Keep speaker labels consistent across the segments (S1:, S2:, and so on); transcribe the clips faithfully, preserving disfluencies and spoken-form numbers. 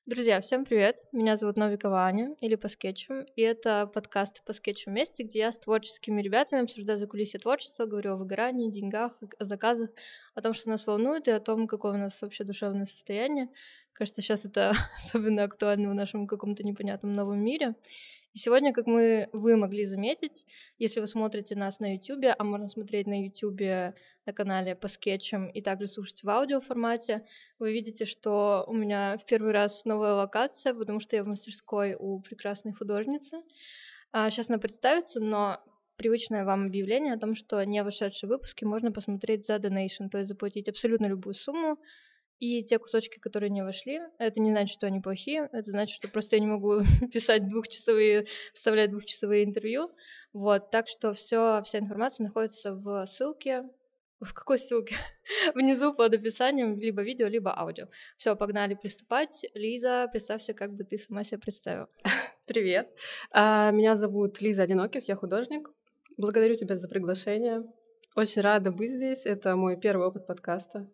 S1: Друзья, всем привет! Меня зовут Новикова Аня, или по скетчам, и это подкаст «По скетчу вместе», где я с творческими ребятами обсуждаю закулисье творчества, говорю о выгорании, деньгах, о заказах, о том, что нас волнует, и о том, какое у нас вообще душевное состояние. Кажется, сейчас это особенно актуально в нашем каком-то непонятном новом мире. И сегодня, как мы, вы могли заметить, если вы смотрите нас на Ютубе, а можно смотреть на Ютубе на канале «По скетчам» и также слушать в аудиоформате, вы видите, что у меня в первый раз новая локация, потому что я в мастерской у прекрасной художницы. А сейчас она представится, но привычное вам объявление о том, что не вошедшие выпуски можно посмотреть за донейшн, то есть заплатить абсолютно любую сумму, и те кусочки, которые не вошли, это не значит, что они плохие, это значит, что просто я не могу писать двухчасовые, вставлять двухчасовые интервью. Вот, так что все, вся информация находится в ссылке. В какой ссылке? Внизу под описанием либо видео, либо аудио. Все, погнали приступать. Лиза, представься, как бы ты сама себя представила.
S2: Привет. Меня зовут Лиза Одиноких, я художник. Благодарю тебя за приглашение. Очень рада быть здесь. Это мой первый опыт подкаста.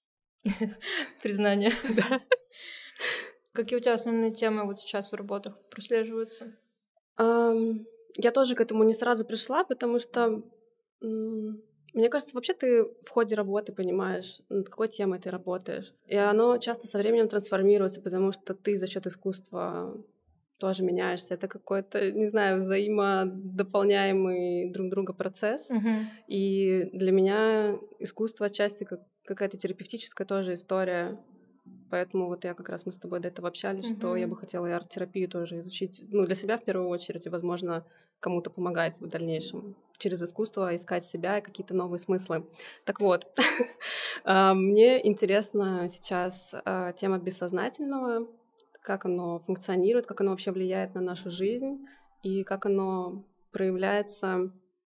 S1: Признание. Да. Какие у тебя основные темы вот сейчас в работах прослеживаются?
S2: Um, я тоже к этому не сразу пришла, потому что, um, мне кажется, вообще ты в ходе работы понимаешь, над какой темой ты работаешь. И оно часто со временем трансформируется, потому что ты за счет искусства тоже меняешься. Это какой-то, не знаю, взаимодополняемый друг друга процесс.
S1: Uh-huh.
S2: И для меня искусство отчасти как какая-то терапевтическая тоже история. Поэтому вот я как раз мы с тобой до этого общались, uh-huh. что я бы хотела и арт-терапию тоже изучить. Ну, для себя в первую очередь, и, возможно, кому-то помогать в дальнейшем. Через искусство искать себя и какие-то новые смыслы. Так вот, мне интересна сейчас тема бессознательного, как оно функционирует, как оно вообще влияет на нашу жизнь и как оно проявляется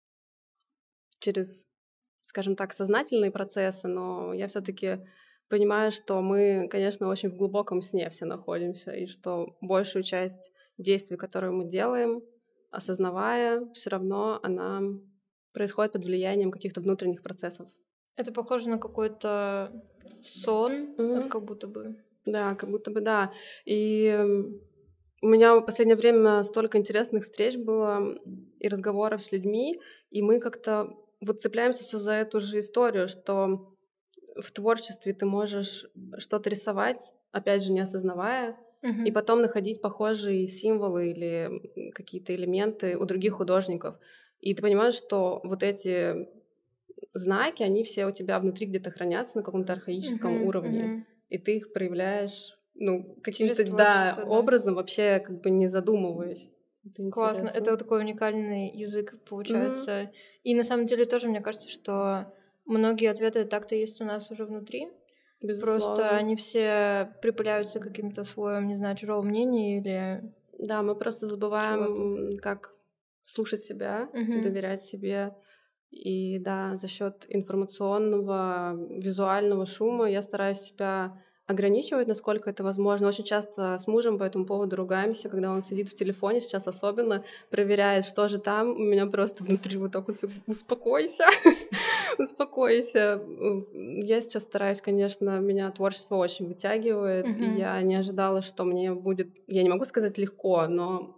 S2: через, скажем так, сознательные процессы, но я все-таки понимаю, что мы, конечно, очень в глубоком сне все находимся, и что большую часть действий, которые мы делаем, осознавая, все равно она происходит под влиянием каких-то внутренних процессов.
S1: Это похоже на какой-то сон,
S2: mm-hmm.
S1: как будто бы.
S2: Да, как будто бы да. И у меня в последнее время столько интересных встреч было и разговоров с людьми, и мы как-то вот цепляемся все за эту же историю, что в творчестве ты можешь что-то рисовать, опять же, не осознавая,
S1: uh-huh.
S2: и потом находить похожие символы или какие-то элементы у других художников. И ты понимаешь, что вот эти знаки, они все у тебя внутри где-то хранятся на каком-то архаическом
S1: uh-huh.
S2: уровне,
S1: uh-huh.
S2: и ты их проявляешь, ну, каким-то, да, да, образом, вообще как бы не задумываясь.
S1: Это классно. Это вот такой уникальный язык получается.
S2: Mm-hmm.
S1: И на самом деле тоже мне кажется, что многие ответы так-то есть у нас уже внутри.
S2: Безусловно.
S1: Просто они все припыляются каким-то слоем, не знаю, чужого мнения или...
S2: Да, мы просто забываем, чего-то. Как слушать себя,
S1: uh-huh.
S2: доверять себе. И да, за счет информационного, визуального шума я стараюсь себя ограничивать, насколько это возможно. Очень часто с мужем по этому поводу ругаемся, когда он сидит в телефоне, сейчас особенно, проверяет, что же там. У меня просто внутри вот так вот: успокойся, успокойся. Я сейчас стараюсь, конечно, меня творчество очень вытягивает,
S1: uh-huh.
S2: и я не ожидала, что мне будет, я не могу сказать легко, но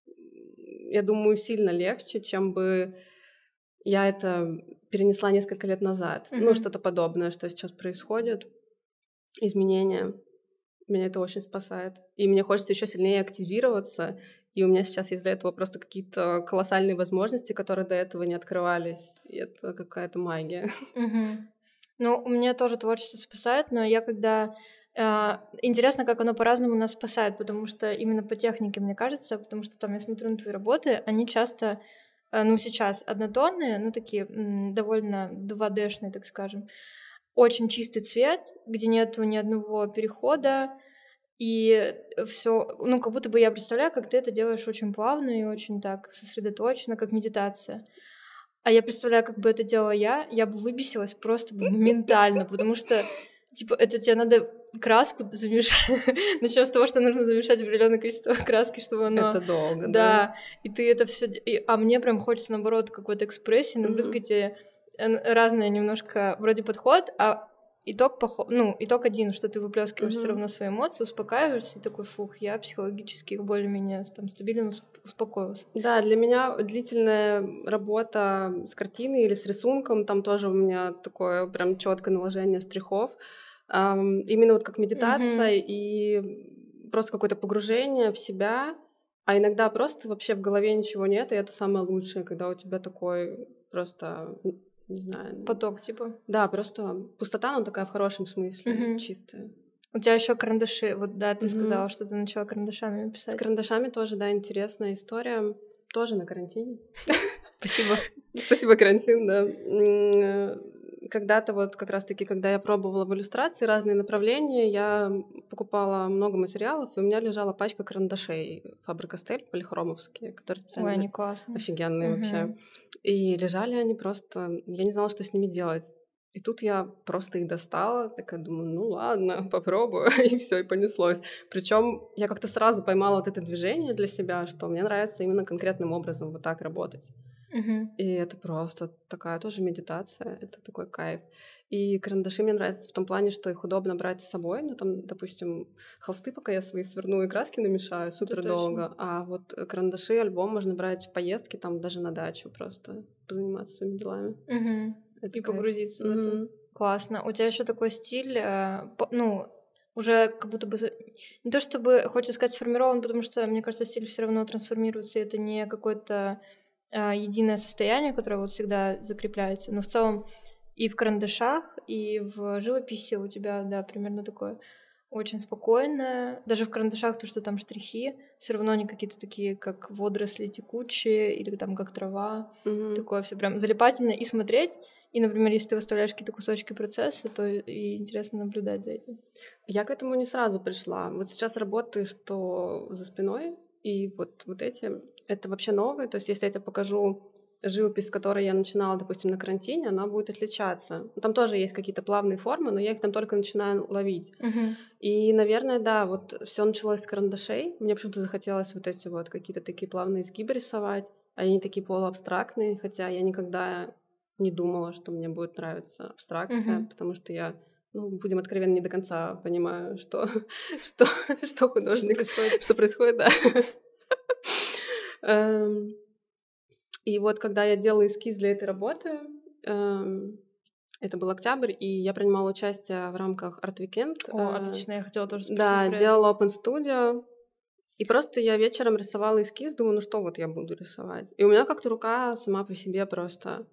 S2: я думаю, сильно легче, чем бы я это перенесла несколько лет назад. Uh-huh. Ну, что-то подобное, что сейчас происходит. Изменения. Меня это очень спасает. И мне хочется еще сильнее активироваться. И у меня сейчас есть для этого просто какие-то колоссальные возможности, которые до этого не открывались. И это какая-то магия.
S1: Uh-huh. Ну, у меня тоже творчество спасает, но я когда... Э, интересно, как оно по-разному нас спасает, потому что именно по технике, мне кажется, потому что там я смотрю на твои работы, они часто... ну, сейчас однотонные, ну, такие м, довольно два дэ-шные, так скажем. Очень чистый цвет, где нету ни одного перехода, и все, ну, как будто бы я представляю, как ты это делаешь очень плавно и очень так сосредоточенно, как медитация. А я представляю, как бы это делала я, я бы выбесилась просто моментально, потому что, типа, это тебе надо краску замешать. Начнем с того, что нужно замешать определенное количество краски, чтобы оно...
S2: Это долго, да.
S1: Да, и ты это все, а мне прям хочется, наоборот, какой-то экспрессии, набрызгать mm-hmm. разное немножко вроде подход, а итог, похо... ну, итог один, что ты выплескиваешь
S2: Мгм.
S1: все равно свои эмоции, успокаиваешься, и такой, фух, я психологически более-менее там стабильно усп- успокоился.
S2: Да, для меня длительная работа с картиной или с рисунком, там тоже у меня такое прям четкое наложение штрихов. Ам, именно вот как медитация
S1: Мгм.
S2: и просто какое-то погружение в себя, а иногда просто вообще в голове ничего нет, и это самое лучшее, когда у тебя такой просто, н- не знаю,
S1: Поток, типа.
S2: да, просто пустота, но такая в хорошем смысле,
S1: Мгм.
S2: чистая.
S1: У тебя еще карандаши. Вот да, ты
S2: Мгм.
S1: сказала, что ты начала карандашами
S2: С
S1: писать.
S2: карандашами тоже, да, интересная история. Тоже на карантине.
S1: Спасибо.
S2: Спасибо, карантин, да. М, э, Когда-то вот как раз-таки, когда я пробовала в иллюстрации разные направления, я покупала много материалов, и у меня лежала пачка карандашей Фабер-Кастель полихромовские, которые
S1: Ой,
S2: специально
S1: они классные.
S2: офигенные вообще.
S1: Мгм.
S2: И лежали они просто... Я не знала, что с ними делать. И тут я просто их достала, такая думаю, ну ладно, попробую, и все, и понеслось. Причем я как-то сразу поймала вот это движение для себя, что мне нравится именно конкретным образом вот так работать.
S1: Мгм.
S2: И это просто такая тоже медитация, это такой кайф. И карандаши мне нравятся в том плане, что их удобно брать с собой. Ну, там, допустим, холсты, пока я свои сверну и краски намешаю,
S1: Это
S2: супер
S1: точно.
S2: долго. А вот э, карандаши, альбом можно брать в поездке, там даже на дачу просто позаниматься своими делами.
S1: Мгм.
S2: Это
S1: И
S2: кайф.
S1: погрузиться в это.
S2: Мгм.
S1: Классно. У тебя еще такой стиль, э, по- ну, уже как будто бы... за- Не то чтобы, хочется сказать, сформирован, потому что, мне кажется, стиль все равно трансформируется, и это не какое-то а, единое состояние, которое вот всегда закрепляется. Но в целом и в карандашах, и в живописи у тебя, да, примерно такое очень спокойное. Даже в карандашах то, что там штрихи, все равно они какие-то такие, как водоросли текучие, или там как трава.
S2: Мгм.
S1: Такое все прям залипательно и смотреть. И, например, если ты выставляешь какие-то кусочки процесса, то и интересно наблюдать за этим.
S2: Я к этому не сразу пришла. Вот сейчас работаю, что за спиной, и вот, вот эти, это вообще новые. То есть если я тебе покажу живопись, с которой я начинала, допустим, на карантине, она будет отличаться. Там тоже есть какие-то плавные формы, но я их там только начинаю ловить.
S1: Мгм.
S2: И, наверное, да, вот все началось с карандашей. Мне почему-то захотелось вот эти вот какие-то такие плавные изгибы рисовать. Они такие полуабстрактные, хотя я никогда не думала, что мне будет нравиться абстракция,
S1: Мгм.
S2: потому что я, ну, будем откровенны, не до конца понимаю, что, что, что
S1: Что
S2: художник,
S1: происходит?
S2: что происходит, да. Эм, И вот когда я делала эскиз для этой работы, эм, это был октябрь, и я принимала участие в рамках Art Weekend.
S1: О,
S2: э,
S1: отлично, я хотела тоже спросить
S2: Да,
S1: про это.
S2: делала Open Studio. И просто я вечером рисовала эскиз, думаю, ну что вот я буду рисовать. И у меня как-то рука сама по себе просто.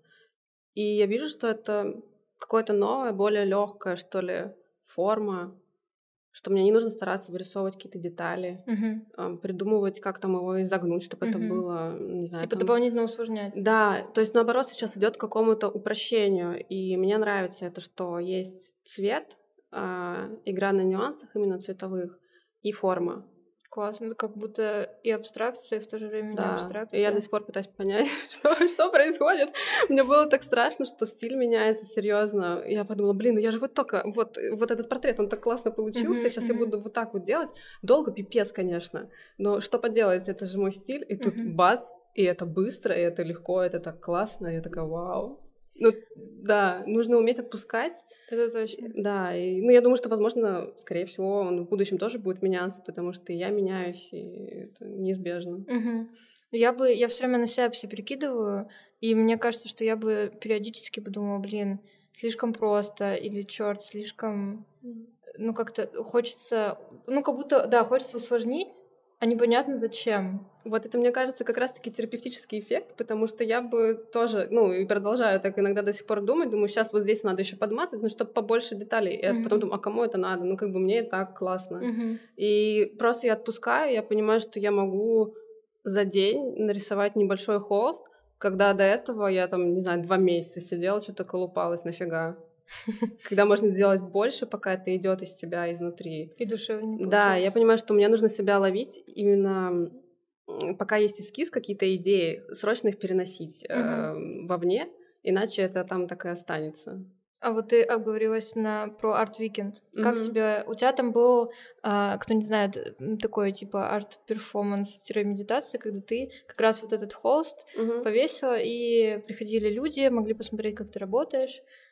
S2: И я вижу, что это какое-то новое, более легкая, что ли, форма, что мне не нужно стараться вырисовывать какие-то детали,
S1: Мгм.
S2: ам, придумывать, как там его изогнуть, чтобы это
S1: Мгм.
S2: было, не знаю,
S1: Типа
S2: там.
S1: дополнительно усложнять.
S2: Да, то есть наоборот сейчас идет к какому-то упрощению, и мне нравится это, что есть цвет, а, игра на нюансах именно цветовых и форма.
S1: Классно, это как будто и абстракция, и в то же время не
S2: Да, и я до
S1: абстракция.
S2: сих пор пытаюсь понять, что, что происходит. Мне было так страшно, что стиль меняется серьезно. Я подумала, блин, ну я же вот только вот, вот этот портрет, он так классно получился,
S1: Мгм,
S2: сейчас я
S1: мгм,
S2: буду вот так вот делать. Долго, пипец, конечно, но что поделать, это же мой стиль, и тут
S1: мгм.
S2: бац, и это быстро, и это легко, это так классно, и я такая, вау. Ну, да, нужно уметь отпускать.
S1: Это точно.
S2: Да, и, ну, я думаю, что, возможно, скорее всего, он в будущем тоже будет меняться, потому что и я меняюсь, и это неизбежно.
S1: Мгм. Я бы, я все время на себя все перекидываю, и мне кажется, что я бы периодически подумала, блин, слишком просто, или черт, слишком, ну как-то хочется, ну как будто, да, хочется усложнить, а непонятно зачем.
S2: Вот это, мне кажется, как раз-таки терапевтический эффект, потому что я бы тоже, ну, и продолжаю так иногда до сих пор думать, думаю, сейчас вот здесь надо еще подмазать, ну, чтобы побольше деталей. И я потом
S1: Мгм.
S2: думаю, а кому это надо? Ну, как бы мне и так классно.
S1: Мгм.
S2: И просто я отпускаю, я понимаю, что я могу за день нарисовать небольшой холст, когда до этого я там, не знаю, два месяца сидела, что-то колупалась, нафига. Когда можно сделать больше, пока это идет из тебя изнутри.
S1: И душевнее
S2: Да, я
S1: получается.
S2: понимаю, что мне нужно себя ловить именно м, пока есть эскиз, какие-то идеи, срочно их переносить
S1: Мгм.
S2: э, вовне, иначе это там так и останется.
S1: А вот ты обговорилась на про Art Weekend. Как
S2: Мгм.
S1: тебе... У тебя там был, а, кто не знает, м, такой типа арт-перформанс-медитация, когда ты как раз вот этот холст
S2: Мгм.
S1: повесила, и приходили люди, могли посмотреть, как ты работаешь.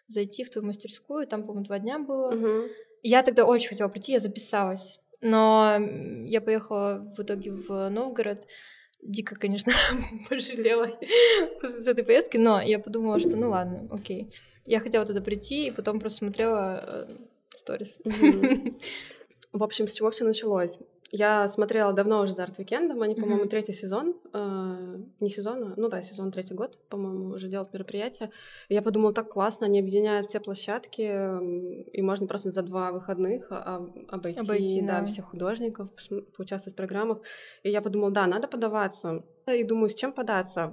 S1: зайти в твою мастерскую, там, по-моему, два дня было.
S2: Угу.
S1: Я тогда очень хотела прийти, я записалась, но я поехала в итоге в Новгород. Дико, конечно, пожалела с этой поездки, но я подумала, что ну ладно, окей. Я хотела туда прийти, и потом просто смотрела сторис.
S2: В общем, с чего все началось? Я смотрела давно уже за арт-викендом, они, по-моему, третий сезон, э, не сезон, ну да, сезон третий год, по-моему, уже делают мероприятия. И я подумала, так классно, они объединяют все площадки, и можно просто за два выходных обойти, обойти да, да. всех художников, поучаствовать в программах. И я подумала, да, надо подаваться. И думаю, с чем податься?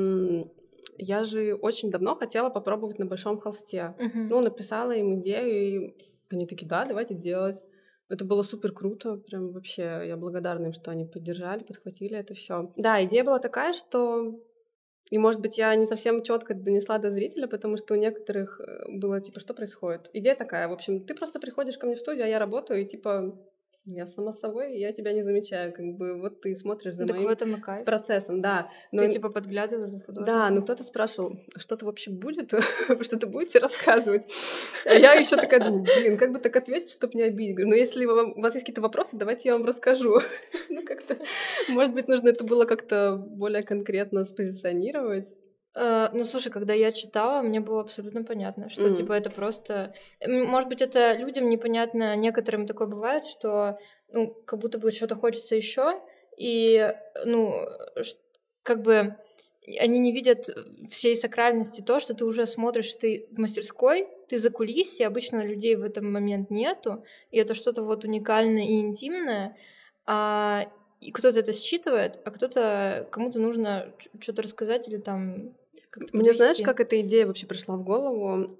S2: Я же очень давно хотела попробовать на большом холсте. Uh-huh. Ну, написала им идею, и они такие, да, давайте делать. Это было супер круто, прям вообще я благодарна им, что они поддержали, подхватили это все. Да, идея была такая, что, и может быть я не совсем четко донесла до зрителя, потому что у некоторых было типа, что происходит? Идея такая, в общем, ты просто приходишь ко мне в студию, а я работаю, и типа я сама собой, и я тебя не замечаю, как бы вот ты смотришь за
S1: так
S2: моим
S1: в этом и кайф.
S2: процессом, да.
S1: Но... Ты типа подглядываешь за художником.
S2: Да, но кто-то спрашивал, что-то вообще будет, что-то будете рассказывать? А я еще такая думаю, блин, как бы так ответить, чтобы не обидеть? Говорю, ну если у вас есть какие-то вопросы, давайте я вам расскажу. Ну как-то, может быть, нужно это было как-то более конкретно спозиционировать.
S1: Uh, ну, слушай, когда я читала, мне было абсолютно понятно, что, mm. типа, это просто... Может быть, это людям непонятно, некоторым такое бывает, что, ну, как будто бы что-то хочется еще, и, ну, как бы они не видят всей сакральности то, что ты уже смотришь, ты в мастерской, ты за кулисье, обычно людей в этот момент нету, и это что-то вот уникальное и интимное, а... и кто-то это считывает, а кто-то, кому-то нужно что-то рассказать или там...
S2: Мне знаешь, как эта идея вообще пришла в голову?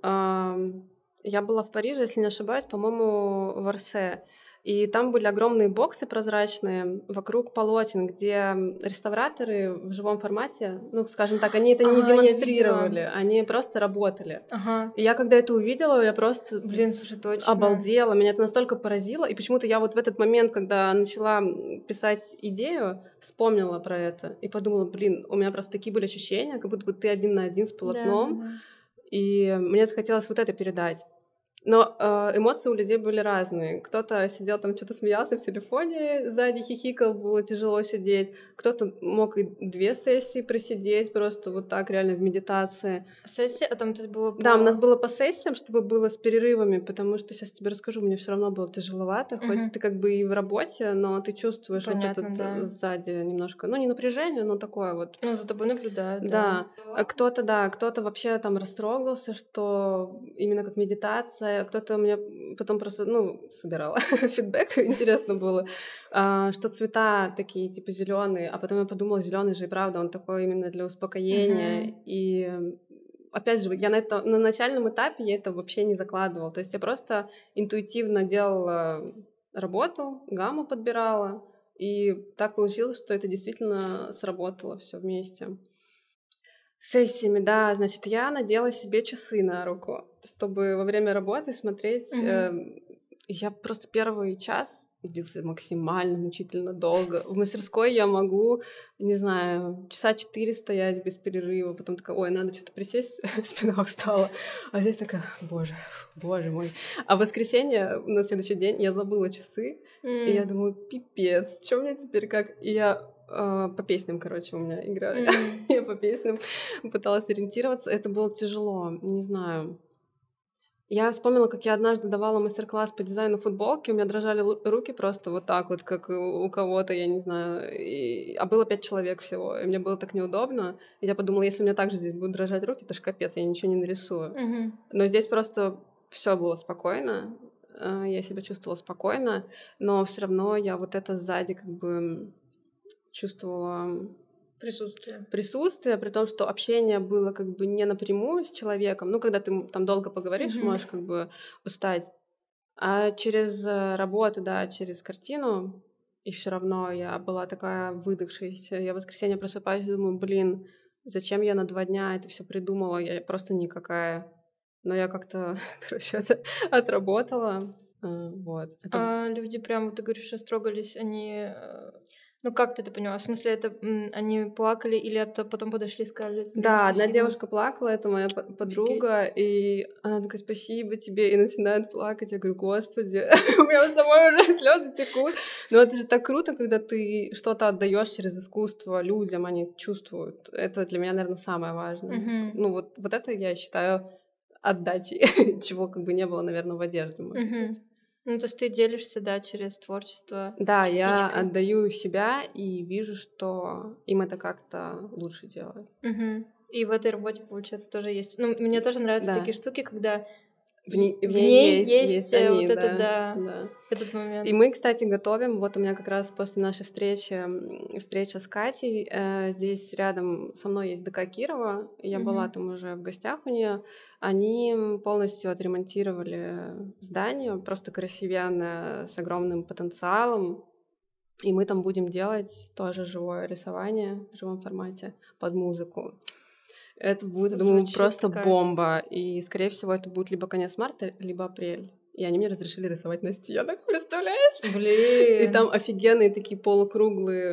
S2: Я была в Париже, если не ошибаюсь, по-моему, в Орсе. И там были огромные боксы прозрачные вокруг полотен, где реставраторы в живом формате, ну, скажем так, они это не а, демонстрировали, они просто работали.
S1: Ага.
S2: И я когда это увидела, я просто
S1: Блин, слушай, точно.
S2: обалдела, меня это настолько поразило. И почему-то я вот в этот момент, когда начала писать идею, вспомнила про это и подумала, блин, у меня просто такие были ощущения, как будто бы ты один на один с полотном. Да, да. И мне захотелось вот это передать. Но э, эмоции у людей были разные. Кто-то сидел там, что-то смеялся в телефоне, сзади хихикал, было тяжело сидеть. Кто-то мог и две сессии просидеть, просто вот так реально в медитации.
S1: Сессия? А там то есть было по...
S2: Да, у нас было по сессиям, чтобы было с перерывами, потому что, сейчас тебе расскажу, мне все равно было тяжеловато, угу. Хоть ты как бы и в работе, но ты чувствуешь Понятно, вот этот да. сзади немножко, ну не напряжение, но такое вот.
S1: Ну, за тобой наблюдают, да.
S2: Да, а кто-то, да, кто-то вообще там растрогался, что именно как медитация, кто-то у меня потом просто, ну, собирала фидбэк, интересно было, а, что цвета такие, типа, зеленые, а потом я подумала, зеленый же и правда, он такой именно для успокоения, mm-hmm. и опять же, я на, это, на начальном этапе я это вообще не закладывала, то есть я просто интуитивно делала работу, гамму подбирала, и так получилось, что это действительно сработало все вместе. Сессиями, да, значит, я надела себе часы на руку, чтобы во время работы смотреть. Mm-hmm. Э, я просто первый час длился максимально мучительно долго. В мастерской я могу, не знаю, часа четыре стоять без перерыва, потом такая, ой, надо что-то присесть, спина устала. А здесь такая, боже, боже мой. А в воскресенье, на следующий день, я забыла часы, mm. и я думаю, пипец, что у меня теперь как? И я по песням, короче, у меня играли. Mm. Я по песням пыталась ориентироваться. Это было тяжело, не знаю. Я вспомнила, как я однажды давала мастер-класс по дизайну футболки, у меня дрожали руки просто вот так вот, как у кого-то, я не знаю. И... А было пять человек всего, и мне было так неудобно. И я подумала, если у меня также здесь будут дрожать руки, то ж капец, я ничего не нарисую. Mm-hmm. Но здесь просто все было спокойно, я себя чувствовала спокойно, но все равно я вот это сзади как бы... чувствовала
S1: присутствие.
S2: присутствие, при том, что общение было как бы не напрямую с человеком, ну, когда ты там долго поговоришь, mm-hmm. можешь как бы устать, а через работу, да, через картину, и все равно я была такая выдохшаяся. Я в воскресенье просыпаюсь и думаю, блин, зачем я на два дня это все придумала, я просто никакая. Но я как-то, короче, это отработала. Вот. Это...
S1: А люди прям, вот ты говоришь, растрогались, они... Ну как ты это поняла? В смысле, это м, они плакали или это потом подошли и сказали?
S2: Да, одна
S1: спасибо?
S2: девушка плакала, это моя по- подруга, и она такая, спасибо тебе, и начинает плакать. Я говорю, господи, у меня у самой уже слезы текут. Но это же так круто, когда ты что-то отдаешь через искусство людям, они чувствуют. Это для меня, наверное, самое важное.
S1: Мгм.
S2: Ну вот, вот это я считаю отдачей, чего как бы не было, наверное, в одежде, может быть.
S1: Мгм. Ну, то есть ты делишься, да, через творчество
S2: Да, я
S1: частичкой.
S2: отдаю себя и вижу, что им это как-то лучше делает.
S1: Мгм. И в этой работе, получается, тоже есть. Ну, мне тоже нравятся
S2: Да.
S1: такие штуки, когда
S2: В ней,
S1: и-
S2: в
S1: в
S2: ней
S1: ней
S2: есть,
S1: есть,
S2: есть
S1: э,
S2: они,
S1: вот это,
S2: да,
S1: да,
S2: да.
S1: этот момент.
S2: И мы, кстати, готовим. Вот у меня как раз после нашей встречи м, встреча с Катей. э, здесь рядом со мной есть ДК Кирова. Я
S1: Мгм.
S2: была там уже в гостях у нее. Они полностью отремонтировали здание, просто красивенное, с огромным потенциалом. И мы там будем делать тоже живое рисование в живом формате под музыку. Это будет, я думаю,
S1: Звучит
S2: просто
S1: кайф.
S2: бомба. И, скорее всего, это будет либо конец марта, либо апрель. И они мне разрешили рисовать на стенах, представляешь? И
S1: Блин.
S2: там офигенные такие полукруглые,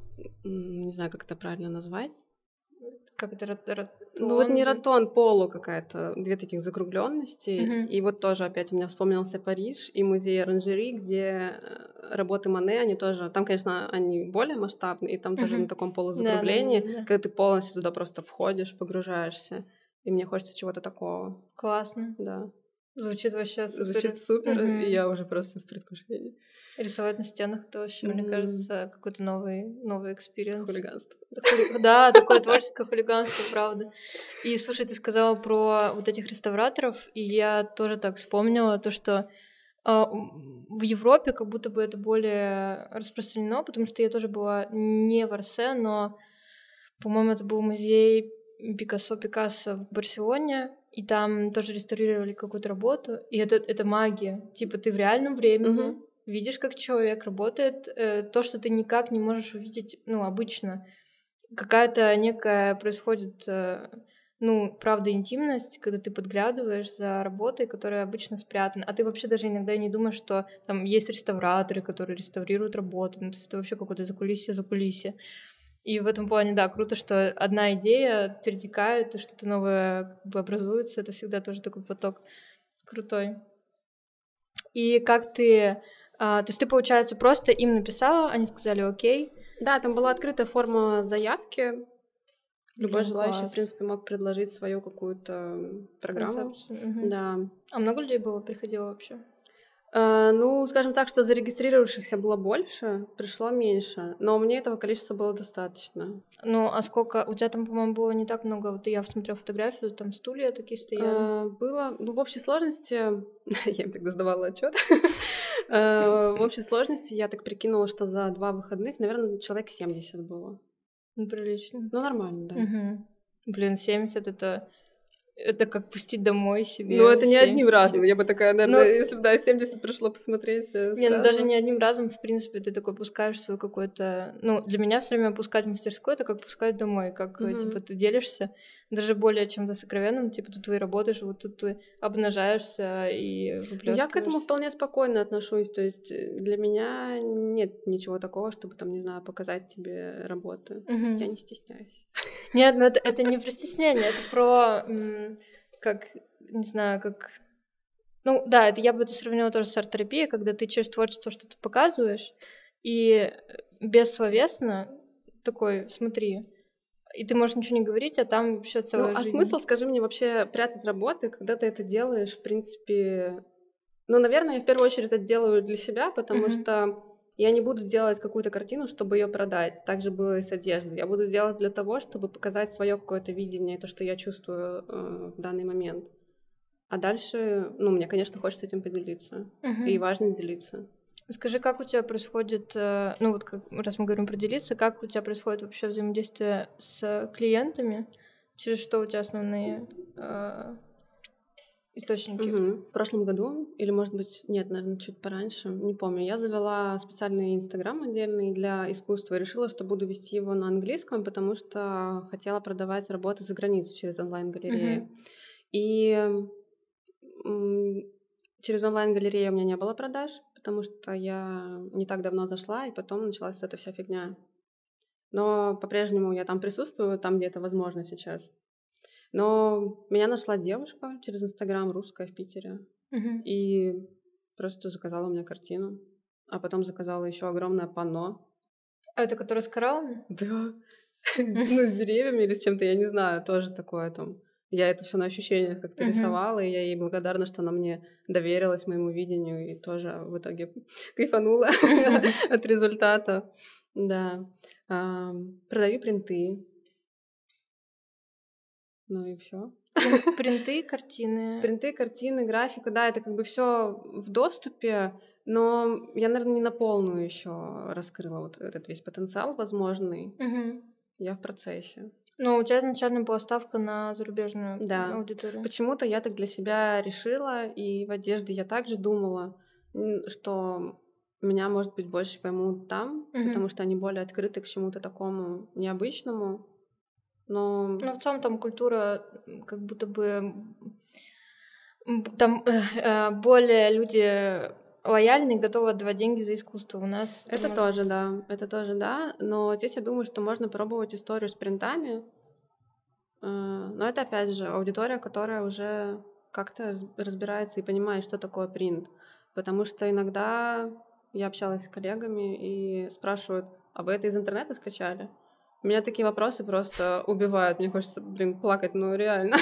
S2: м, не знаю, как это правильно назвать.
S1: Как это рот- ротон?
S2: Ну вот не ротон, полу какая-то, две таких закругленности.
S1: Мгм.
S2: И вот тоже опять у меня вспомнился Париж и музей оранжерей, где э, работы Мане, они тоже, там, конечно, они более масштабные, и там тоже
S1: Мгм.
S2: на таком
S1: Да, да,
S2: полузакруглении,
S1: да, да.
S2: когда ты полностью туда просто входишь, погружаешься. И мне хочется чего-то такого.
S1: Классно.
S2: Да.
S1: Звучит вообще супер.
S2: Звучит супер,
S1: Мгм.
S2: и я уже просто в предвкушении.
S1: Рисовать на стенах — это вообще, мне
S2: Мгм.
S1: кажется, какой-то новый, новый экспириенс.
S2: Хулиганство.
S1: Хули- Да, такое творческое хулиганство, правда. И слушай, ты сказала про вот этих реставраторов, и я тоже так вспомнила то, что а, м, в Европе как будто бы это более распространено, потому что я тоже была не в Арсе, но, по-моему, это был музей Пикассо Пикассо в Барселоне, и там тоже реставрировали какую-то работу, и это, это магия. Типа ты в реальном времени
S2: Мгм.
S1: видишь, как человек работает, э, то, что ты никак не можешь увидеть, ну, обычно. Какая-то некая происходит, э, ну, правда, интимность, когда ты подглядываешь за работой, которая обычно спрятана, а ты вообще даже иногда и не думаешь, что там есть реставраторы, которые реставрируют работу, ну, то есть это вообще какое-то закулисье, закулисье. И в этом плане, да, круто, что одна идея перетекает, и что-то новое как бы образуется, это всегда тоже такой поток крутой. И как ты... а, то есть ты, получается, просто им написала, они сказали окей.
S2: Да, там была открытая форма заявки. Любой
S1: Блин,
S2: желающий,
S1: класс.
S2: в принципе, мог предложить свою какую-то программу.
S1: Концепцию. Мгм.
S2: Да.
S1: А много людей было, приходило вообще?
S2: Э, ну, скажем так, что зарегистрировавшихся было больше, пришло меньше, но мне этого количества было достаточно.
S1: Ну, а сколько? У тебя там, по-моему, было не так много. Вот я смотрела фотографию, там стулья такие стояли.
S2: Э, Было, ну, в общей сложности, я им тогда сдавала отчет. В общей сложности я так прикинула, что за два выходных, наверное, человек семьдесят было.
S1: Ну, прилично.
S2: Ну, нормально, да.
S1: Мгм. Блин, семьдесят это... Это как пустить домой себе
S2: Ну, это не одним
S1: семьдесят
S2: разом.
S1: человек.
S2: Я бы такая,
S1: Ну,
S2: наверное, если бы, да, семьдесят пришло посмотреть э,
S1: не, ну даже
S2: сразу.
S1: не одним разом, в принципе, ты такой пускаешь свой какой-то... Ну, для меня все время пускать в мастерскую — это как пускать домой, как, э,
S2: Мгм.
S1: типа, ты делишься даже более чем-то сокровенным, типа, тут твои работы живут, тут ты обнажаешься и
S2: Ну, я к этому
S1: выплескиваешься.
S2: вполне спокойно отношусь. То есть э, для меня нет ничего такого, чтобы там, не знаю, показать тебе работы.
S1: Мгм.
S2: Я не стесняюсь.
S1: Нет, ну это, это не про стеснение, это про, м, как, не знаю, как... Ну да, это я бы это сравнила тоже с арт-терапией, когда ты через творчество что-то показываешь, и бессловесно такой, смотри, и ты можешь ничего не говорить, а там вообще
S2: Ну,
S1: целая
S2: а
S1: жизнь.
S2: смысл, скажи мне, вообще прятать работы, когда ты это делаешь, в принципе... Ну, наверное, я в первую очередь это делаю для себя, потому
S1: Мгм.
S2: что я не буду делать какую-то картину, чтобы ее продать. Так же было и с одеждой. Я буду делать для того, чтобы показать свое какое-то видение, то, что я чувствую э, в данный момент. А дальше, ну, мне, конечно, хочется этим поделиться.
S1: Мгм.
S2: И важно делиться.
S1: Скажи, как у тебя происходит, э, ну вот как, раз мы говорим про делиться, как у тебя происходит вообще взаимодействие с клиентами, через что у тебя основные э, источники?
S2: Мгм. В прошлом году, или, может быть, нет, наверное, чуть пораньше, не помню, я завела специальный Инстаграм отдельный для искусства и решила, что буду вести его на английском, потому что хотела продавать работы за границу через онлайн-галереи.
S1: Мгм.
S2: И м, через онлайн-галерею у меня не было продаж, потому что я не так давно зашла, и потом началась вот эта вся фигня. Но по-прежнему я там присутствую, там, где это возможно сейчас. Но меня нашла девушка через Инстаграм, русская, в Питере,
S1: Мгм.
S2: и просто заказала мне картину, а потом заказала еще огромное панно.
S1: А это которая с кораллами?
S2: Да, ну, с деревьями или с чем-то, я не знаю, тоже такое там. Я это все на ощущениях как-то
S1: Мгм.
S2: рисовала, и я ей благодарна, что она мне доверилась моему видению и тоже в итоге кайфанула от результата. Да. Ам, Продаю принты. Ну и все.
S1: Прин- Принты, картины.
S2: Принты, картины, графика, да, это как бы все в доступе, но я, наверное, не на полную еще раскрыла вот этот весь потенциал возможный.
S1: Мгм.
S2: Я в процессе.
S1: Ну, у тебя изначально была ставка на зарубежную
S2: Да.
S1: аудиторию.
S2: Почему-то я так для себя решила, и в одежде я также думала, м, что меня, может быть, больше поймут там,
S1: Мгм.
S2: потому что они более открыты к чему-то такому необычному. Но
S1: Ну, в целом там культура м, как будто бы м, там э, э, более люди лояльные, готовы отдавать деньги за искусство. У нас
S2: это
S1: может-
S2: тоже, да, это тоже, да. Но здесь я думаю, что можно пробовать историю с принтами. Э, Но это, опять же, аудитория, которая уже как-то раз- разбирается и понимает, что такое принт. Потому что иногда я общалась с коллегами и спрашивают, а вы это из интернета скачали? Меня такие вопросы просто убивают. Мне хочется, блин, плакать, ну реально.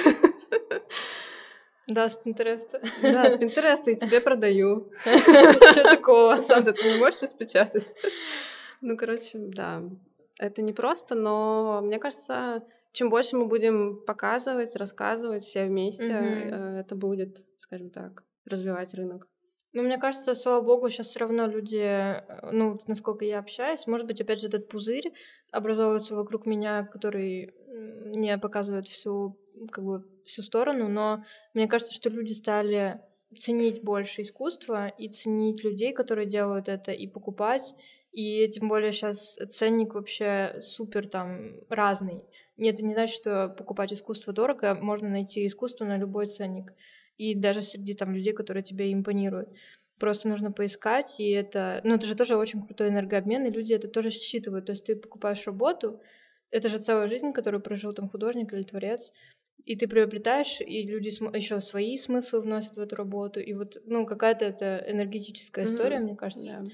S1: Да, с Пинтереста.
S2: Да, с Пинтереста и тебе продаю.
S1: Что такого?
S2: Сам-то ты не можешь распечатать. Ну, короче, да. Это не просто, но мне кажется, чем больше мы будем показывать, рассказывать все вместе,
S1: Мгм.
S2: э, это будет, скажем так, развивать рынок.
S1: Ну, мне кажется, слава богу, сейчас все равно люди, э, ну, вот насколько я общаюсь, может быть, опять же, этот пузырь образовывается вокруг меня, который м, не показывает всю, как бы, всю сторону, но мне кажется, что люди стали ценить больше искусство и ценить людей, которые делают это, и покупать, и тем более сейчас ценник вообще супер там разный. Нет, это не значит, что покупать искусство дорого, можно найти искусство на любой ценник. И даже среди там людей, которые тебе импонируют. Просто нужно поискать, и это... Ну, это же тоже очень крутой энергообмен, и люди это тоже считывают. То есть ты покупаешь работу, это же целая жизнь, которую прожил там художник или творец, и ты приобретаешь, и люди см- еще свои смыслы вносят в эту работу, и вот, ну, какая-то это энергетическая история,
S2: Мгм.
S1: мне кажется.
S2: Да.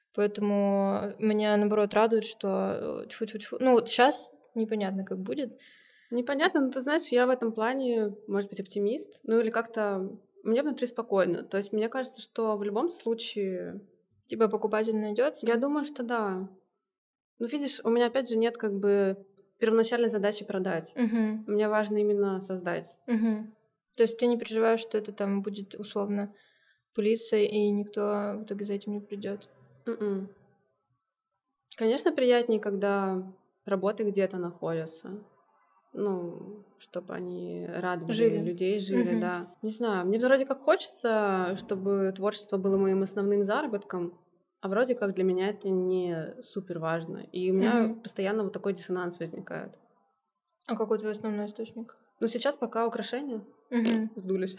S1: Поэтому меня, наоборот, радует, что... э, тьфу-тьфу-тьфу. Ну, вот сейчас непонятно, как будет.
S2: Непонятно, но ты знаешь, я в этом плане, может быть, оптимист, ну или как-то мне внутри спокойно. То есть мне кажется, что в любом случае,
S1: Типа покупатель найдется.
S2: я думаю, что да. Ну, видишь, у меня опять же нет как бы первоначальной задачи продать.
S1: Мгм.
S2: Мне важно именно создать.
S1: Мгм. То есть ты не переживаешь, что это там будет условно пылиться, и никто в итоге за этим не придет.
S2: М-м. Конечно, приятнее, когда работы где-то находятся. Ну, чтобы они радовали
S1: Жили.
S2: людей, жили,
S1: Мгм.
S2: да. Не знаю, мне вроде как хочется, чтобы творчество было моим основным заработком, а вроде как для меня это не супер важно. И у меня
S1: Мгм.
S2: постоянно вот такой диссонанс возникает.
S1: А какой твой основной источник?
S2: Но сейчас пока украшения
S1: Мгм.
S2: сдулись.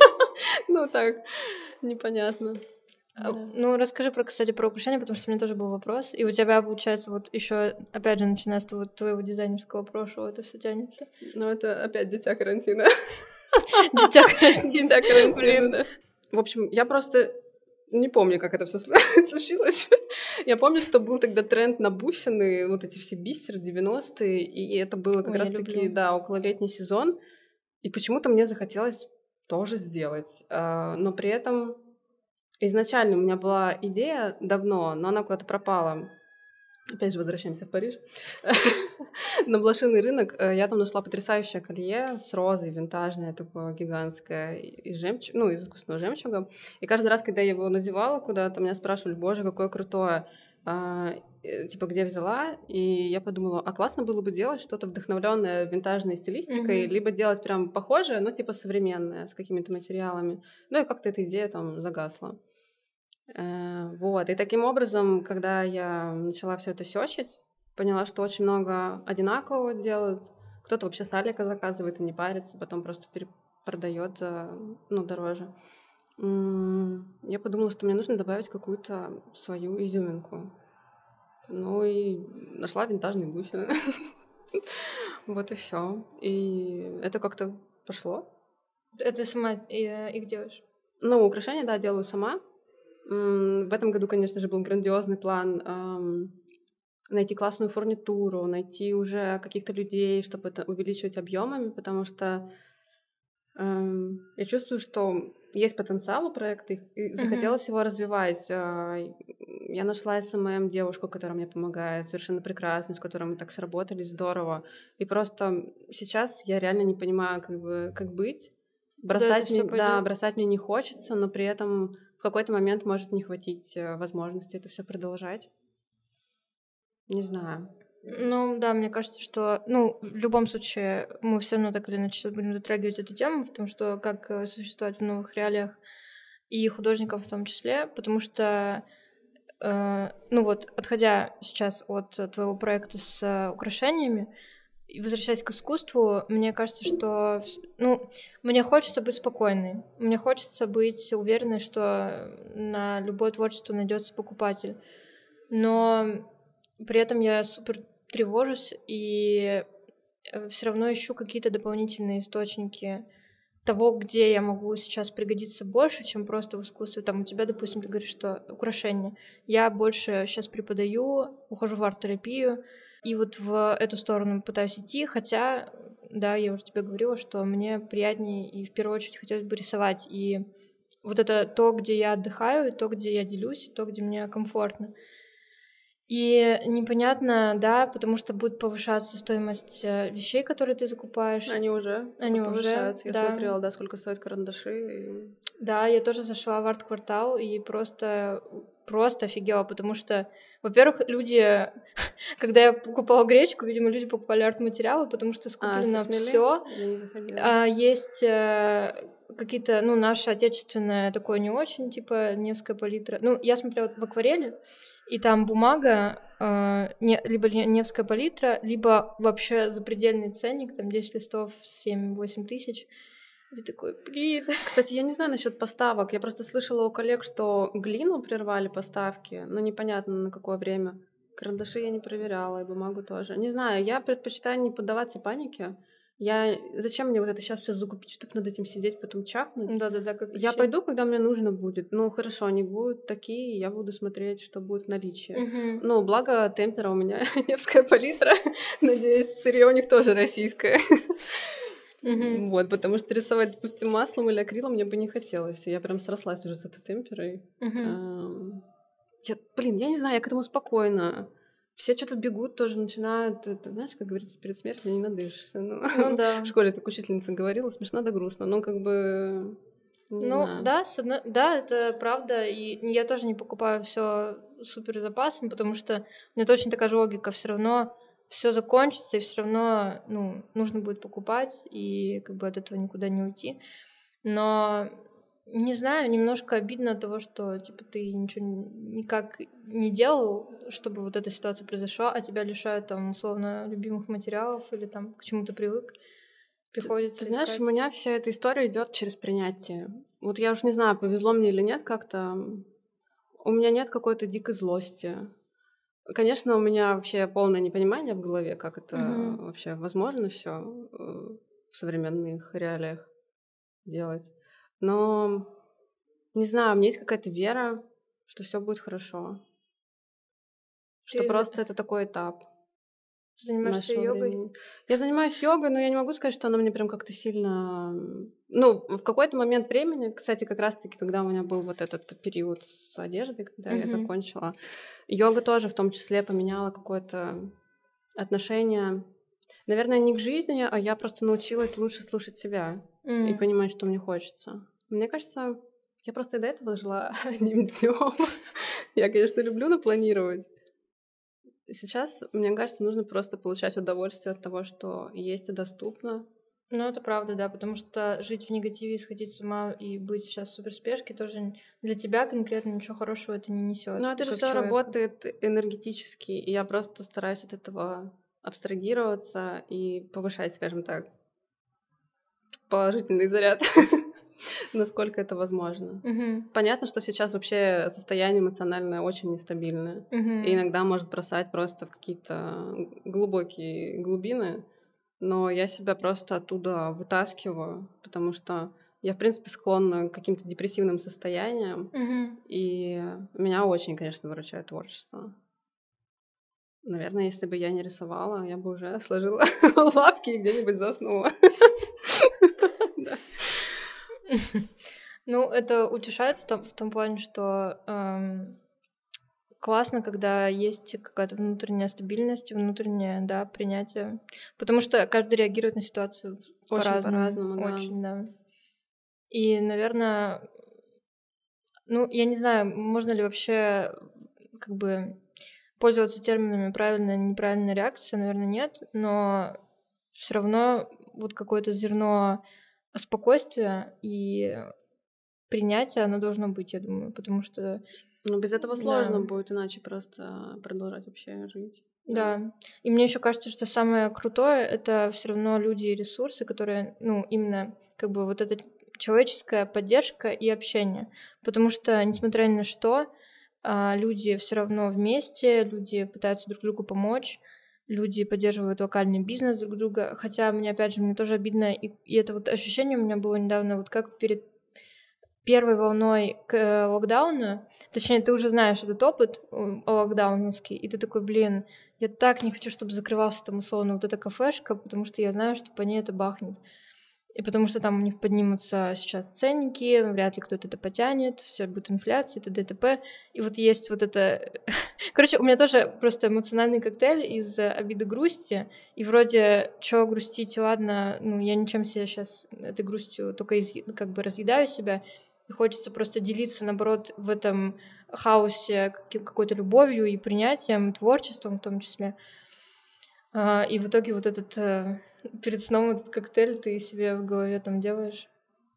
S2: Ну так, непонятно.
S1: А,
S2: Да.
S1: Ну, расскажи про, кстати, про украшения, потому что у меня тоже был вопрос. И у тебя, получается, вот еще, опять же, начиная с твоего, твоего дизайнерского прошлого, это все тянется.
S2: Но это опять дитя карантина.
S1: Дитя карантина.
S2: Дитя карантина,
S1: Блин.
S2: да. В общем, я просто не помню, как это все случилось. Я помню, что был тогда тренд на бусины, вот эти все бисеры девяностые, и это было как
S1: Ой, я
S2: раз-таки,
S1: люблю.
S2: да, окололетний сезон, и почему-то мне захотелось тоже сделать. А, Но при этом изначально у меня была идея давно, но она куда-то пропала. Опять же, возвращаемся в Париж. На блошиный рынок э, я там нашла потрясающее колье с розой, винтажное такое, гигантское, из жемчуга, ну, из искусственного жемчуга. И каждый раз, когда я его надевала куда-то, меня спрашивали, боже, какое крутое, а, э, типа, где взяла? И я подумала, а классно было бы делать что-то вдохновленное винтажной стилистикой,
S1: Мгм.
S2: либо делать прям похожее, но типа современное, с какими-то материалами. Ну и как-то эта идея там загасла. Э, Вот. И таким образом, когда я начала все это сёчить, поняла, что очень много одинакового делают. Кто-то вообще с Алика заказывает и не парится, потом просто перепродает за, ну, дороже. Я подумала, что мне нужно добавить какую-то свою изюминку. Ну и нашла винтажные бусины. Вот и все. И это как-то пошло.
S1: Это сама их делаешь?
S2: Ну, украшения, да, делаю сама. В этом году, конечно же, был грандиозный план эм, найти классную фурнитуру, найти уже каких-то людей, чтобы это увеличивать объемами, потому что эм, я чувствую, что есть потенциал у проекта, и захотелось mm-hmm. его развивать. Я нашла эс эм эм девушку, которая мне помогает, совершенно прекрасную, с которой мы так сработали, здорово. И просто сейчас я реально не понимаю, как бы, как быть. Бросать мне, да, бросать мне не хочется, но при этом в какой-то момент может не хватить возможности это все продолжать. Не знаю.
S1: Ну да, мне кажется, что, ну, в любом случае мы все равно так или иначе сейчас будем затрагивать эту тему, потому что как существовать в новых реалиях и художников в том числе, потому что, э, ну вот, отходя сейчас от твоего проекта с украшениями, и возвращаясь к искусству, мне кажется, что, ну, мне хочется быть спокойной, мне хочется быть уверенной, что на любое творчество найдется покупатель, но при этом я супер тревожусь и все равно ищу какие-то дополнительные источники того, где я могу сейчас пригодиться больше, чем просто в искусстве. Там у тебя, допустим, ты говоришь, что украшения. Я больше сейчас преподаю, ухожу в арт-терапию, и вот в эту сторону пытаюсь идти, хотя, да, я уже тебе говорила, что мне приятнее и в первую очередь хотелось бы рисовать. И вот это то, где я отдыхаю, то, где я делюсь, то, где мне комфортно. И непонятно, да, потому что будет повышаться стоимость вещей, которые ты закупаешь.
S2: Они уже
S1: Они
S2: повышаются.
S1: Уже,
S2: я
S1: да.
S2: смотрела, да, сколько стоят карандаши. И...
S1: Да, я тоже зашла в арт-квартал и просто, просто офигела, потому что, во-первых, люди, когда я покупала гречку, видимо, люди покупали арт-материалы, потому что скуплено
S2: а,
S1: все.
S2: Я не заходила.
S1: А, есть какие-то, ну, наше отечественное такое не очень, типа Невская палитра. Ну, я смотрела в акварели, и там бумага, э, не, либо Невская палитра, либо вообще запредельный ценник, там десять листов, семь-восемь тысяч. И ты такой, блин.
S2: Кстати, я не знаю насчет поставок. Я просто слышала у коллег, что глину прервали поставки, но непонятно на какое время. Карандаши я не проверяла, и бумагу тоже. Не знаю, я предпочитаю не поддаваться панике. Я... Зачем мне вот это сейчас все закупить, чтобы над этим сидеть, потом чахнуть?
S1: Да-да-да, как
S2: Я пойду, когда мне нужно будет. Ну, хорошо, они будут такие, я буду смотреть, что будет в наличии.
S1: Угу.
S2: Ну, благо темпера у меня Невская палитра. Надеюсь, сырье у них тоже российское.
S1: Mm-hmm.
S2: Вот, потому что рисовать, допустим, маслом или акрилом мне бы не хотелось. Я прям срослась уже с этой темперой.
S1: Mm-hmm.
S2: Я, блин, я не знаю, я к этому спокойно. Все что-то бегут, тоже начинают, это, знаешь, как говорится, перед смертью не надышишься. Ну,
S1: ну да.
S2: В школе так учительница говорила, смешно да грустно, но как бы...
S1: Не ну, знаю. да, с одной... да, это правда, и я тоже не покупаю все супер запасом, потому что у меня точно такая же логика, все равно все закончится, и все равно, ну, нужно будет покупать, и как бы от этого никуда не уйти. Но, не знаю, немножко обидно от того, что, типа, ты ничего никак не делал, чтобы вот эта ситуация произошла, а тебя лишают, там, условно, любимых материалов или, там, к чему-то привык. Приходится
S2: Ты, ты знаешь,
S1: искать.
S2: у меня вся эта история идет через принятие. Вот я уж не знаю, повезло мне или нет как-то. У меня нет какой-то дикой злости. Конечно, у меня вообще полное непонимание в голове, как это mm-hmm. вообще возможно все в современных реалиях делать. Но не знаю, у меня есть какая-то вера, что все будет хорошо. Что Ты просто за... это такой этап.
S1: Ты занимаешься йогой?
S2: Времени. Я занимаюсь йогой, но я не могу сказать, что она мне прям как-то сильно... Ну, в какой-то момент времени, кстати, как раз-таки, когда у меня был вот этот период с одеждой, когда mm-hmm. я закончила, йога тоже в том числе поменяла какое-то отношение, наверное, не к жизни, а я просто научилась лучше слушать себя mm. и понимать, что мне хочется. Мне кажется, я просто и до этого жила одним днем. Я, конечно, люблю напланировать. Сейчас, мне кажется, нужно просто получать удовольствие от того, что есть и доступно.
S1: Ну, это правда, да, потому что жить в негативе, сходить с ума и быть сейчас в суперспешке тоже для тебя конкретно ничего хорошего это не несет.
S2: Ну, это же все работает энергетически, и я просто стараюсь от этого абстрагироваться и повышать, скажем так, положительный заряд насколько это возможно.
S1: Угу.
S2: Понятно, что сейчас вообще состояние эмоциональное очень нестабильное.
S1: Угу.
S2: И иногда может бросать просто в какие-то глубокие глубины. Но я себя просто оттуда вытаскиваю, потому что я, в принципе, склонна к каким-то депрессивным состояниям.
S1: Угу.
S2: И меня очень, конечно, выручает творчество. Наверное, если бы я не рисовала, я бы уже сложила лапки и где-нибудь заснула.
S1: Ну, это утешает в том, в том плане, что эм, классно, когда есть какая-то внутренняя стабильность, внутреннее, да, принятие. Потому что каждый реагирует на ситуацию
S2: Очень
S1: по-разному.
S2: по-разному, да.
S1: Очень, да. И, наверное, ну, я не знаю, можно ли вообще как бы пользоваться терминами правильная, неправильная реакция, наверное, нет, но все равно вот какое-то зерно спокойствия и принятия, оно должно быть, я думаю, потому что...
S2: Ну, без этого сложно
S1: да.
S2: будет, иначе просто продолжать вообще жить.
S1: Да. да. И мне еще кажется, что самое крутое — это все равно люди и ресурсы, которые, ну, именно как бы вот эта человеческая поддержка и общение. Потому что, несмотря ни на что, люди все равно вместе, люди пытаются друг другу помочь, люди поддерживают локальный бизнес друг друга. Хотя мне, опять же, мне тоже обидно, и, и это вот ощущение у меня было недавно, вот как перед первой волной к локдауна, точнее, ты уже знаешь этот опыт локдауновский, и ты такой, блин, я так не хочу, чтобы закрывался там условно вот эта кафешка, потому что я знаю, что по ней это бахнет. И потому что там у них поднимутся сейчас ценники, вряд ли кто-то это потянет, все будет инфляция, т.д. т.п. И вот есть вот это... Короче, у меня тоже просто эмоциональный коктейль из обиды, грусти. И вроде, чего грустить, ладно, ну, я ничем себя сейчас этой грустью только из... как бы разъедаю себя. И хочется просто делиться, наоборот, в этом хаосе какой-то любовью и принятием, творчеством в том числе. И в итоге вот этот... перед сном этот коктейль ты себе в голове там делаешь.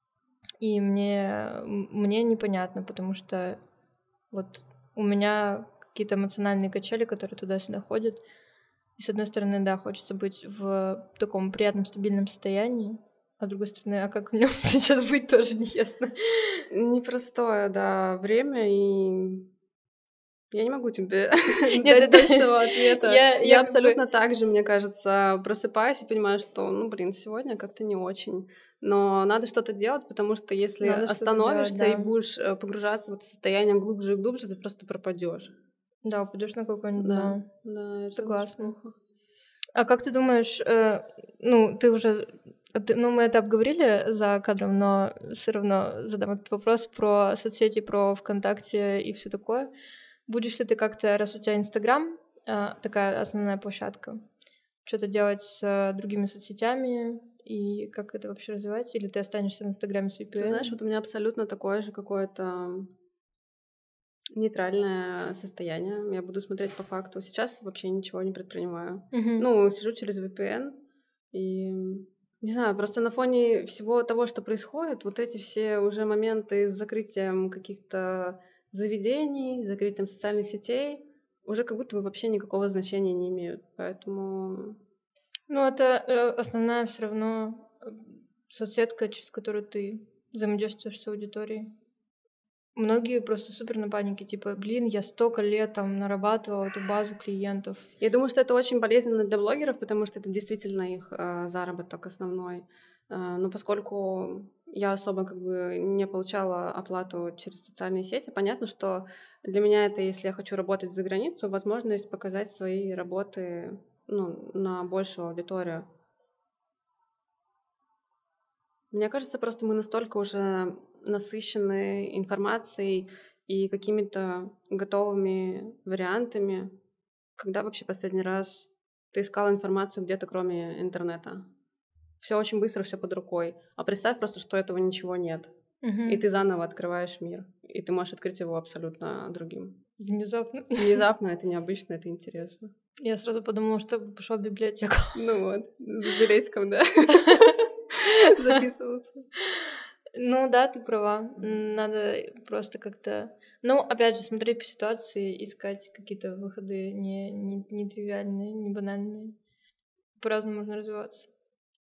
S1: И мне, мне непонятно, потому что вот у меня какие-то эмоциональные качели, которые туда-сюда ходят. И с одной стороны, да, хочется быть в таком приятном, стабильном состоянии, а с другой стороны, а как в нем сейчас быть, тоже не ясно.
S2: Непростое, да, время, и я не могу тебе дать точного ответа. Я, я, я абсолютно бы... так же, мне кажется, просыпаюсь и понимаю, что, ну, блин, сегодня как-то не очень. Но надо что-то делать, потому что если надо остановишься делать, да. и будешь погружаться в это состояние глубже и глубже, ты просто пропадешь.
S1: Да, упадешь на какое-нибудь
S2: дно. Да, да, это
S1: согласна. А как ты думаешь, э, ну, ты уже... Ну, мы это обговорили за кадром, но все равно задам этот вопрос про соцсети, про ВКонтакте и все такое. Будешь ли ты как-то, раз у тебя Инстаграм, такая основная площадка, что-то делать с другими соцсетями и как это вообще развивать? Или ты останешься в Инстаграме с ви пи эн?
S2: Ты знаешь, вот у меня абсолютно такое же какое-то нейтральное состояние. Я буду смотреть по факту. Сейчас вообще ничего не предпринимаю.
S1: Uh-huh.
S2: Ну, сижу через ви пи эн и... Не знаю, просто на фоне всего того, что происходит, вот эти все уже моменты с закрытием каких-то заведений, закрытием социальных сетей, уже как будто бы вообще никакого значения не имеют. Поэтому...
S1: Ну, это основная все равно соцсетка, через которую ты взаимодействуешь с аудиторией. Многие просто супер на панике, типа, блин, я столько лет там нарабатывала эту базу клиентов.
S2: Я думаю, что это очень болезненно для блогеров, потому что это действительно их э, заработок основной. Э, но поскольку я особо как бы не получала оплату через социальные сети, понятно, что для меня это, если я хочу работать за границу, возможность показать свои работы, ну, на большую аудиторию. Мне кажется, просто мы настолько уже насыщены информацией и какими-то готовыми вариантами. Когда вообще последний раз ты искал информацию где-то, кроме интернета? Все очень быстро, все под рукой. А представь просто, что этого ничего нет.
S1: Uh-huh.
S2: И ты заново открываешь мир. И ты можешь открыть его абсолютно другим.
S1: Внезапно.
S2: Внезапно, это необычно, это интересно.
S1: Я сразу подумала, что пошла в библиотеку.
S2: Ну вот, за Белецком, да. Записываться.
S1: Ну да, ты права. Надо просто как-то... Ну, опять же, смотреть по ситуации, искать какие-то выходы не, не, не тривиальные, не банальные. По-разному можно развиваться.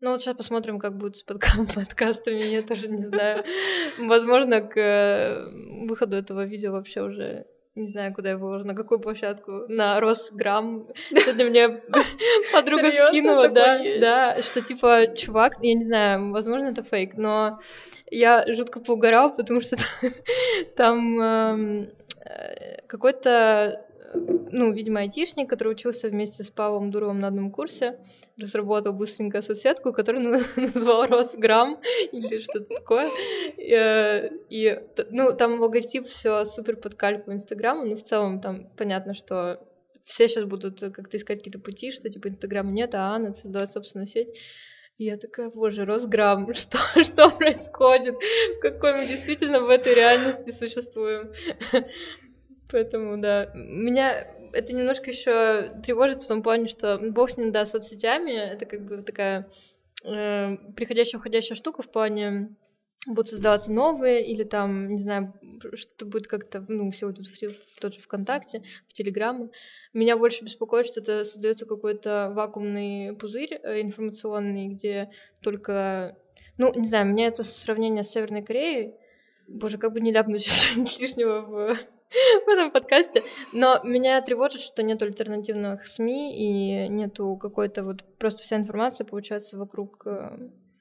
S1: Ну вот сейчас посмотрим, как будет с подка- подкастами, я тоже не знаю. Возможно, к э, выходу этого видео вообще уже не знаю, куда я выложу, на какую площадку, на Росграм. Сегодня мне подруга
S2: Серьёзно,
S1: скинула,
S2: такое
S1: да,
S2: есть?
S1: да, что типа, чувак, я не знаю, возможно, это фейк, но я жутко поугарала, потому что там эм, э, какой-то, э, ну, видимо, айтишник, который учился вместе с Павлом Дуровым на одном курсе, разработал быстренько соцсетку, которую наз- назвал Росграм или что-то такое. Э, И, т- ну, там логотип все супер под кальку Инстаграма, но в целом там понятно, что все сейчас будут э, как-то искать какие-то пути, что типа Инстаграма нет, а надо создавать собственную сеть. И я такая, боже, Росграм, что, что происходит? В какой мы действительно в этой реальности существуем? Поэтому, да, меня это немножко еще тревожит в том плане, что бог с ним, да, соцсетями, это как бы такая э, приходящая, уходящая штука в плане будут создаваться новые, или там, не знаю, что-то будет как-то, ну, все уйдут в, те- в тот же ВКонтакте, в Телеграм. Меня больше беспокоит, что это создается какой-то вакуумный пузырь э, информационный, где только, ну, не знаю, мне это сравнение с Северной Кореей, боже, как бы не ляпнуть лишнего в, в этом подкасте, но меня тревожит, что нет альтернативных СМИ и нету какой-то вот просто вся информация получается вокруг, э,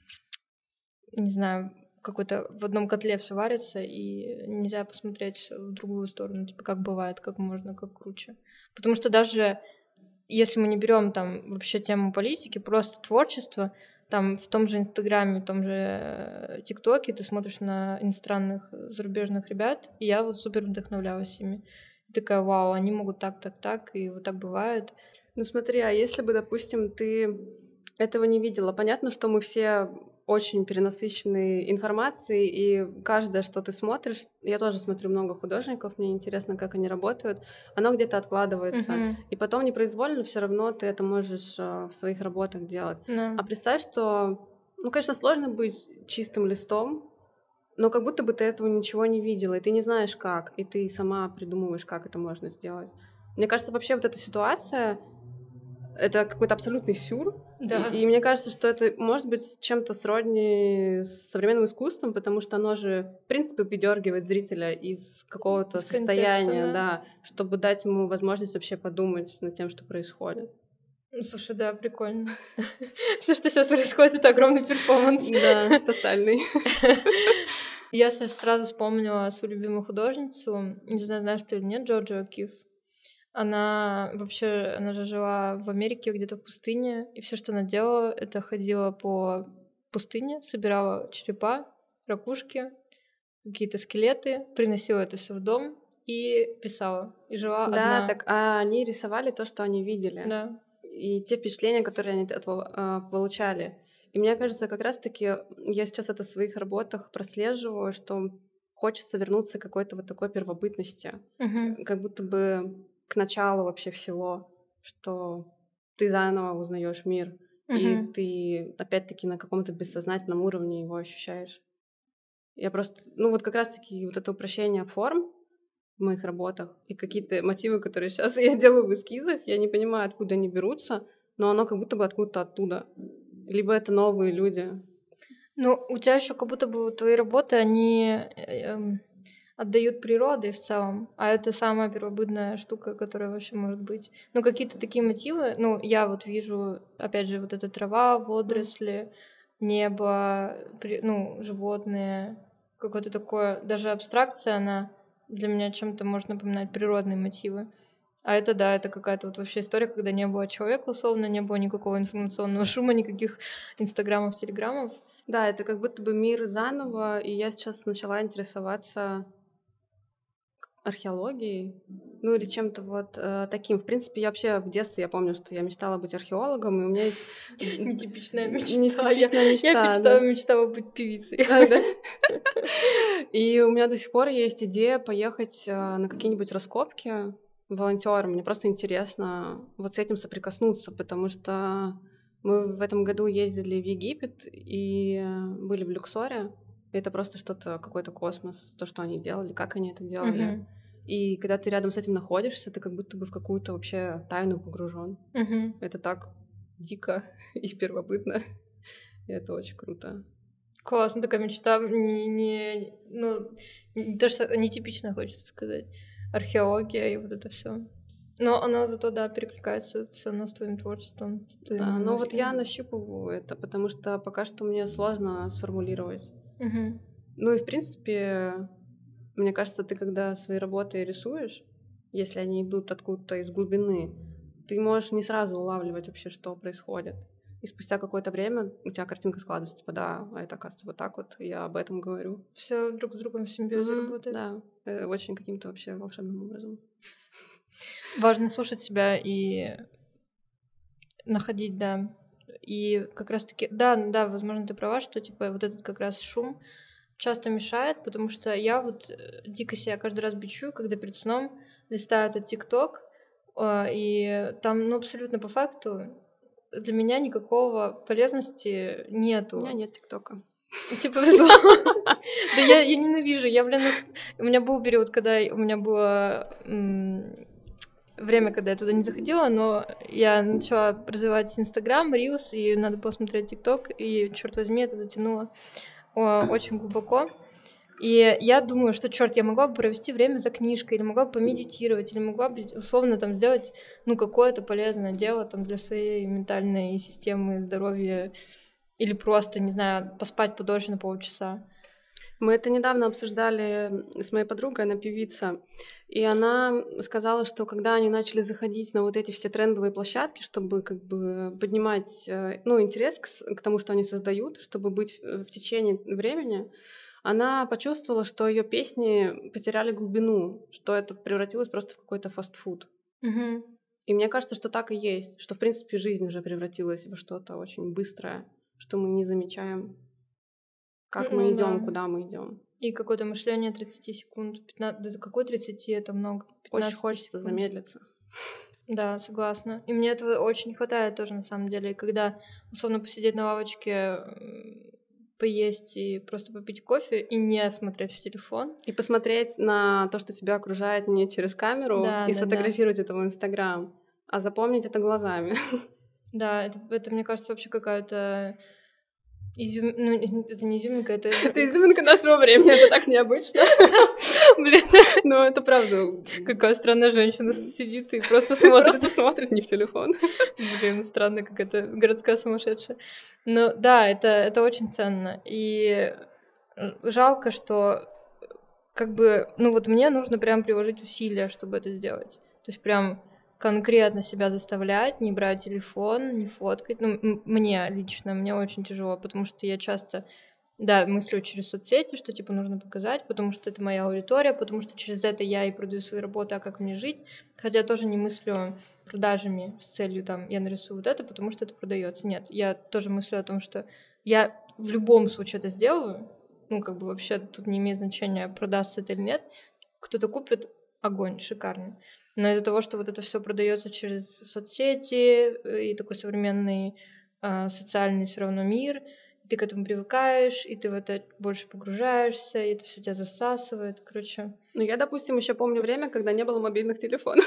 S1: не знаю, какой-то в одном котле все варится, и нельзя посмотреть всё в другую сторону, типа как бывает, как можно, как круче. Потому что даже если мы не берем там вообще тему политики, просто творчество, там в том же Инстаграме, в том же э, ТикТоке ты смотришь на иностранных э, зарубежных ребят, и я вот супер вдохновлялась ими. И такая, вау, они могут так, так, так, и вот так бывает.
S2: Ну смотри, а если бы, допустим, ты этого не видела, понятно, что мы все очень перенасыщены информацией, и каждое, что ты смотришь, я тоже смотрю много художников, мне интересно, как они работают, оно где-то откладывается,
S1: Мгм.
S2: и потом непроизвольно все равно ты это можешь э, в своих работах делать.
S1: Да.
S2: А представь, что, ну, конечно, сложно быть чистым листом, но как будто бы ты этого ничего не видела, и ты не знаешь как, и ты сама придумываешь, как это можно сделать. Мне кажется, вообще вот эта ситуация, это какой-то абсолютный сюр.
S1: Да.
S2: И, и мне кажется, что это может быть чем-то сродни с современным искусством, потому что оно же, в принципе, выдергивает зрителя из какого-то
S1: Из контекста,
S2: состояния,
S1: да.
S2: да, чтобы дать ему возможность вообще подумать над тем, что происходит.
S1: Ну, слушай, да, прикольно. Все, что сейчас происходит, это огромный перформанс.
S2: Да, тотальный.
S1: Я с- сразу вспомнила свою любимую художницу. Не знаю, знаешь ты или нет, Джорджио О'Кифф. Она вообще, она же жила в Америке где-то в пустыне, и все, что она делала, это ходила по пустыне, собирала черепа, ракушки, какие-то скелеты, приносила это все в дом и писала. И жила
S2: Да,
S1: одна.
S2: так а они рисовали то, что они видели.
S1: Да.
S2: И те впечатления, которые они от этого а, получали. И мне кажется, как раз-таки я сейчас это в своих работах прослеживаю, что хочется вернуться к какой-то вот такой первобытности,
S1: Мгм.
S2: как будто бы к началу вообще всего, что ты заново узнаешь мир, и
S1: Мгм.
S2: ты опять-таки на каком-то бессознательном уровне его ощущаешь. Я просто, ну вот как раз-таки вот это упрощение форм в моих работах и какие-то мотивы, которые сейчас я делаю в эскизах, я не понимаю, откуда они берутся, но оно как будто бы откуда-то оттуда. Либо это новые люди.
S1: Ну, у тебя еще как будто бы твои работы, они э, эм, отдают природой в целом, а это самая первобытная штука, которая вообще может быть. Ну, какие-то такие мотивы, ну, я вот вижу, опять же, вот эта трава, водоросли, небо, при- ну, животные, какое-то такое, даже абстракция, она для меня чем-то может напоминать природные мотивы. А это, да, это какая-то вот вообще история, когда не было человека, условно, не было никакого информационного шума, никаких инстаграмов, телеграммов.
S2: Да, это как будто бы мир заново, и я сейчас начала интересоваться археологией, ну или чем-то вот э, таким. В принципе, я вообще в детстве, я помню, что я мечтала быть археологом, и у меня есть...
S1: Нетипичная мечта.
S2: Нетипичная
S1: Я,
S2: мечта,
S1: я
S2: да.
S1: мечтала, мечтала быть певицей.
S2: А, да? И у меня до сих пор есть идея поехать э, на какие-нибудь раскопки волонтером. Мне просто интересно вот с этим соприкоснуться, потому что мы в этом году ездили в Египет и э, были в Люксоре. И это просто что-то, какой-то космос, то, что они делали, как они это делали.
S1: Мгм.
S2: И когда ты рядом с этим находишься, ты как будто бы в какую-то вообще тайну погружен.
S1: Мгм.
S2: Это так дико и первобытно. И это очень круто.
S1: Классно, такая мечта. Не, не, ну, не то, что нетипично, хочется сказать. Археология и вот это все. Но оно зато, да, перекликается все равно с твоим творчеством. С твоим
S2: Да, но вот
S1: мозгом.
S2: я нащупываю это, потому что пока что мне сложно сформулировать.
S1: Угу.
S2: Ну и, в принципе, мне кажется, ты когда свои работы рисуешь, если они идут откуда-то из глубины, ты можешь не сразу улавливать вообще, что происходит. И спустя какое-то время у тебя картинка складывается, типа, да, а это, оказывается, вот так вот, я об этом говорю.
S1: Все друг с другом в симбиозе
S2: Мгм,
S1: работает.
S2: да, э, очень каким-то вообще волшебным образом.
S1: Важно слушать себя и находить, да. И как раз-таки, да, да, возможно, ты права, что, типа, вот этот как раз шум часто мешает, потому что я вот э, дико себя каждый раз бичую, когда перед сном листаю этот ТикТок, э, и там, ну, абсолютно по факту для меня никакого полезности
S2: У
S1: нету.
S2: меня нет ТикТока.
S1: Типа, повезло. Да я, я ненавижу. Я, блин, нас- у меня был период, когда у меня было м, время, когда я туда не заходила, но я начала развивать Инстаграм, Рилс, и надо было смотреть ТикТок, и, черт возьми, это затянуло о, очень глубоко. И я думаю, что, черт, я могла бы провести время за книжкой, или могла бы помедитировать, или могла бы, условно, там, сделать, ну, какое-то полезное дело там для своей ментальной системы, здоровья, или просто, не знаю, поспать подольше на полчаса.
S2: Мы это недавно обсуждали с моей подругой, она певица, и она сказала, что когда они начали заходить на вот эти все трендовые площадки, чтобы как бы поднимать, э, ну, интерес к, с- к тому, что они создают, чтобы быть в в течение времени, она почувствовала, что ее песни потеряли глубину, что это превратилось просто в какой-то фастфуд.
S1: Угу.
S2: И мне кажется, что так и есть, что в принципе жизнь уже превратилась во что-то очень быстрое, что мы не замечаем, как мы
S1: Ну
S2: идем,
S1: да.
S2: куда мы идем.
S1: И какое-то мышление тридцать секунд, пятнадцать, да какой тридцать, это много,
S2: Очень
S1: пятнадцать
S2: хочется
S1: секунд.
S2: замедлиться.
S1: Да, согласна. И мне этого очень не хватает тоже, на самом деле. И когда, условно, посидеть на лавочке, м, поесть и просто попить кофе и не смотреть в телефон.
S2: И посмотреть на то, что тебя окружает не через камеру,
S1: Да,
S2: и
S1: да, да.
S2: сфотографировать это в Инстаграм, а запомнить это глазами.
S1: Да, это, это, мне кажется, вообще какая-то изюм... Ну, это не изюминка, это...
S2: Это изюминка нашего времени, это так необычно.
S1: Блин,
S2: Но это правда.
S1: какая странная женщина сидит и просто смотрит.
S2: Просто смотрит не в телефон.
S1: Блин, странно, как это городская сумасшедшая. Но да, это, это очень ценно. И жалко, что как бы, ну вот мне нужно прям приложить усилия, чтобы это сделать. То есть прям конкретно себя заставлять, не брать телефон, не фоткать. Ну, м- мне лично, мне очень тяжело, потому что я часто, да, мыслю через соцсети, что типа нужно показать, потому что это моя аудитория, потому что через это я и продаю свои работы, а как мне жить. Хотя я тоже не мыслю продажами с целью там, я нарисую вот это, потому что это продается. Нет, я тоже мыслю о том, что я в любом случае это сделаю, ну, как бы вообще тут не имеет значения, продастся это или нет. Кто-то купит, огонь, шикарно. Но из-за того, что вот это все продается через соцсети э, и такой современный э, социальный все равно мир, ты к этому привыкаешь, и ты в это больше погружаешься, и это все тебя засасывает. Короче.
S2: Ну, я, допустим, еще помню время, когда не было мобильных телефонов.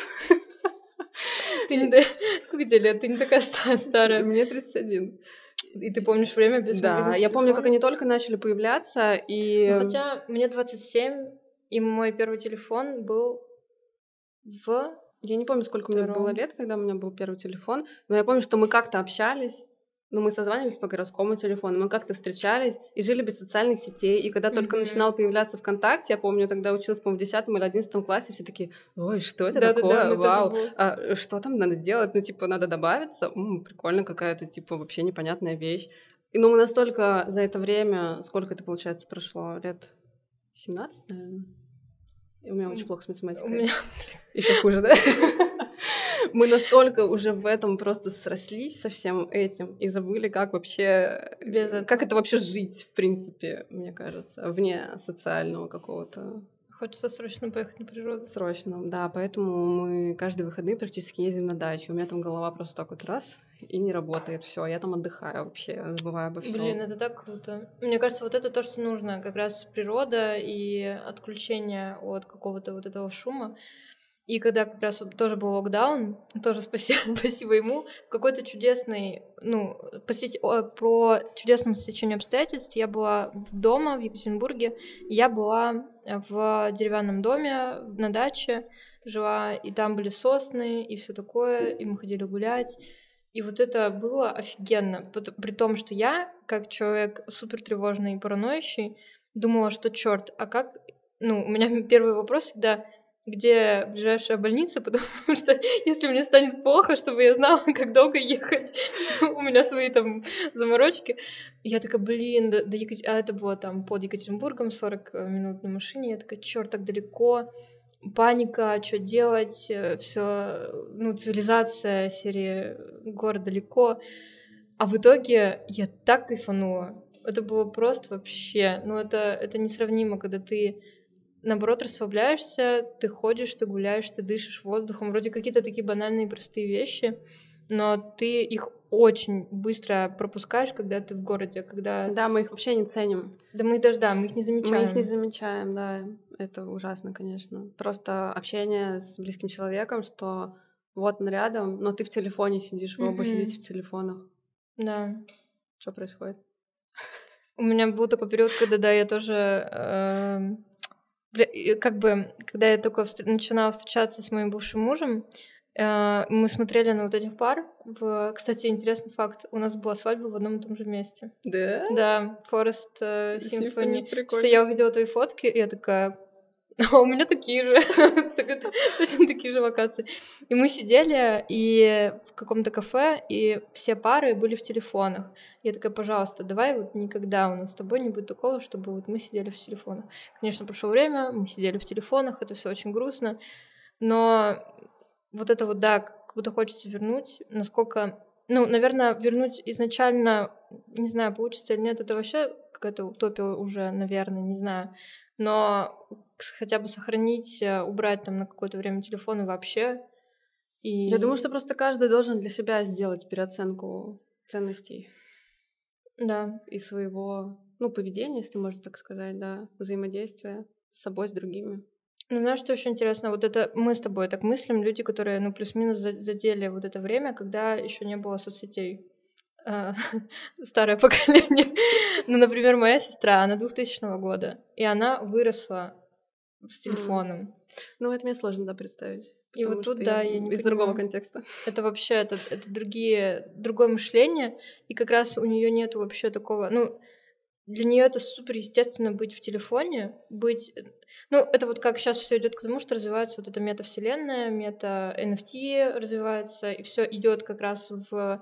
S1: Ты не... Сколько тебе лет? Ты не такая старая.
S2: Мне тридцать один.
S1: И ты помнишь время без
S2: Да,
S1: мобильных
S2: я помню, как
S1: телефонов?
S2: они только начали появляться, и...
S1: Ну, хотя мне двадцать семь, и мой первый телефон был в...
S2: Я не помню, сколько мне
S1: Втором.
S2: было лет, когда у меня был первый телефон, но я помню, что мы как-то общались, ну, мы созванивались по городскому телефону, мы как-то встречались и жили без социальных сетей, и когда только
S1: Мгм.
S2: начинал появляться ВКонтакте, я помню, тогда училась, по-моему, в десятом или одиннадцатом классе, все такие, ой, что это
S1: Да-да-да,
S2: такое,
S1: у меня тоже
S2: вау,
S1: было.
S2: а, что там надо делать, ну, типа, надо добавиться, М, прикольно какая-то, типа, вообще непонятная вещь. И, ну, мы настолько за это время, сколько это, получается, прошло, лет семнадцать, наверное? И у меня очень
S1: М,
S2: плохо с математикой.
S1: У меня...
S2: Еще хуже, да? Мы настолько уже в этом просто срослись со всем этим и забыли, как вообще...
S1: Без этого.
S2: Как это вообще жить, в принципе, мне кажется, вне социального какого-то...
S1: Хочется срочно поехать на природу.
S2: Срочно, да, поэтому мы каждые выходные практически ездим на дачу. У меня там голова просто так вот раз и не работает, все, я там отдыхаю вообще, забываю обо всем.
S1: Блин, это так круто. Мне кажется, вот это то, что нужно, как раз природа и отключение от какого-то вот этого шума. И когда как раз тоже был локдаун, тоже спасибо, спасибо ему, какой-то чудесный, ну, посети... про чудесное стечение обстоятельств я была дома в Екатеринбурге, я была в деревянном доме на даче, жила, и там были сосны, и все такое, и мы ходили гулять. И вот это было офигенно, при том, что я, как человек супер тревожный и параноящий, думала, что черт, а как... Ну, у меня первый вопрос всегда, где ближайшая больница, потому что если мне станет плохо, чтобы я знала, как долго ехать, у меня свои там заморочки. И я такая, блин, до, до Екатер... а это было там под Екатеринбургом, сорок минут на машине, я такая, черт, так далеко, паника, что делать, все, ну, цивилизация, серии город далеко. А в итоге я так кайфанула. Это было просто вообще, ну, это, это несравнимо, когда ты наоборот, расслабляешься, ты ходишь, ты гуляешь, ты дышишь воздухом. Вроде какие-то такие банальные простые вещи, но ты их очень быстро пропускаешь, когда ты в городе, когда...
S2: Да, мы их вообще не ценим.
S1: Да мы даже, да, мы их не замечаем.
S2: Мы их не замечаем, да. Это ужасно, конечно. Просто общение с близким человеком, что вот он рядом, но ты в телефоне сидишь, вы оба
S1: Мгм.
S2: сидите в телефонах.
S1: Да.
S2: Что происходит?
S1: У меня был такой период, когда, да, я тоже... эм, бля, и как бы, когда я только встр- начинала встречаться с моим бывшим мужем, э, мы смотрели на вот этих пар. В... Кстати, интересный факт. У нас была свадьба в одном и том же месте.
S2: Да?
S1: Да, Forest э,
S2: Symphony,
S1: Symphony.
S2: прикольно.
S1: Что я увидела твои фотки, и я такая, а у меня такие же, Так это точно такие же локации. И мы сидели и в каком-то кафе, и все пары были в телефонах. Я такая, пожалуйста, давай вот никогда у нас с тобой не будет такого, чтобы вот мы сидели в телефонах. Конечно, прошло время, мы сидели в телефонах, это все очень грустно, но вот это вот, да, как будто хочется вернуть, насколько... Ну, наверное, вернуть изначально, не знаю, получится или нет, это вообще какая-то утопия уже, наверное, не знаю. Но с- хотя бы сохранить, э, убрать там на какое-то время телефоны вообще. И...
S2: Я думаю, что просто каждый должен для себя сделать переоценку ценностей
S1: Да.
S2: и своего, ну, поведения, если можно так сказать, да, взаимодействия с собой, с другими.
S1: Ну, знаешь, что еще интересно? Вот это мы с тобой так мыслим, люди, которые, ну, плюс-минус за- задели вот это время, когда еще не было соцсетей. А, Старое поколение. Ну, например, моя сестра, она двухтысячного года, и она выросла с
S2: М.
S1: телефоном.
S2: Ну, это мне сложно, да, представить.
S1: И вот
S2: Потому
S1: тут,
S2: что
S1: да,
S2: я
S1: я не
S2: из другого
S1: понимаю.
S2: контекста.
S1: Это вообще, это, это другие, другое мышление, и как раз у нее нет вообще такого, ну, для нее это супер естественно быть в телефоне, быть, ну, это вот как сейчас все идет к тому, что развивается вот эта метавселенная, мета-эн эф ти развивается, и все идет как раз в,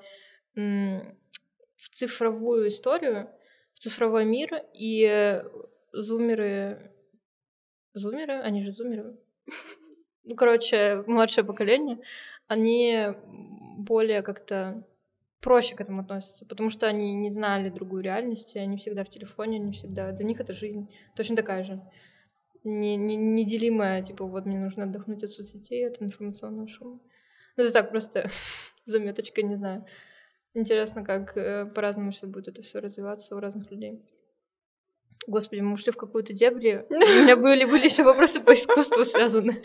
S1: м, в цифровую историю, в цифровой мир, и зумеры, зумеры, они же зумеры, ну, короче, младшее поколение, они более как-то проще к этому относятся, потому что они не знали другую реальность, и они всегда в телефоне, они всегда... Для них это жизнь точно такая же. Не, не, неделимая, типа, вот мне нужно отдохнуть от соцсетей, от информационного шума. Ну, это так, просто заметочка, не знаю. Интересно, как э, по-разному сейчас будет это все развиваться у разных людей. Господи, мы ушли в какую-то дебри. У меня были, были еще вопросы по искусству связаны.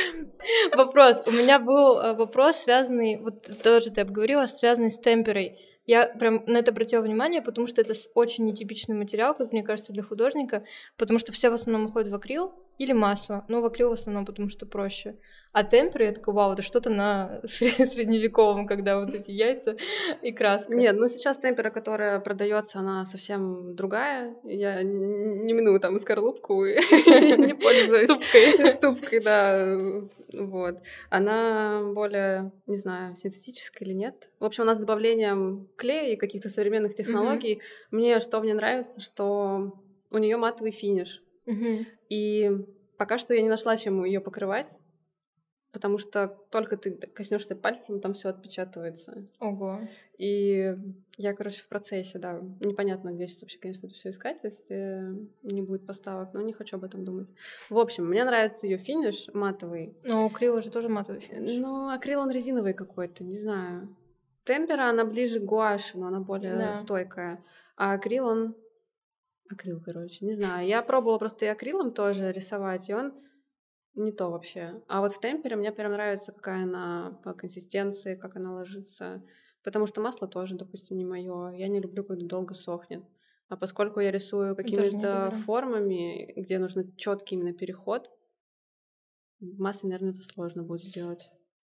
S1: Вопрос. У меня был э, вопрос, связанный, вот тоже ты обговорила, связанный с темперой. Я прям на это обратила внимание, потому что это с- очень нетипичный материал, как мне кажется, для художника, потому что все в основном уходят в акрил или масло, но в акрил в основном, потому что проще. А темпер, я такая, вау, это что-то на сре- средневековом, когда вот эти яйца и краска.
S2: Нет, ну сейчас темпера, которая продается, она совсем другая. Я н- не миную там скорлупку и не пользуюсь
S1: Ступкой.
S2: ступкой, да, вот. Она более, не знаю, синтетическая или нет. В общем, она с добавлением клея и каких-то современных технологий. Мне что мне нравится, что у нее матовый финиш.
S1: Мгм.
S2: И пока что я не нашла, чем ее покрывать, потому что только ты коснешься пальцем, там все отпечатывается.
S1: Ого.
S2: И я, короче, в процессе, да. Непонятно, где сейчас вообще, конечно, это все искать, если не будет поставок, но не хочу об этом думать. В общем, мне нравится ее финиш матовый.
S1: Но у акрила же тоже матовый финиш.
S2: Ну, акрил он резиновый какой-то, не знаю. Темпера, она ближе к гуаши, но она более
S1: Да.
S2: стойкая. А акрил, он... Акрил, короче, не знаю. Я пробовала просто и акрилом тоже рисовать, и он Не то вообще. А вот в темпере мне прям нравится, какая она по консистенции, как она ложится. Потому что масло тоже, допустим, не мое. Я не люблю, когда долго сохнет. А поскольку я рисую
S1: Тоже не
S2: какими-то
S1: люблю.
S2: формами, где нужен четкий именно переход, в масле, наверное, это сложно будет сделать.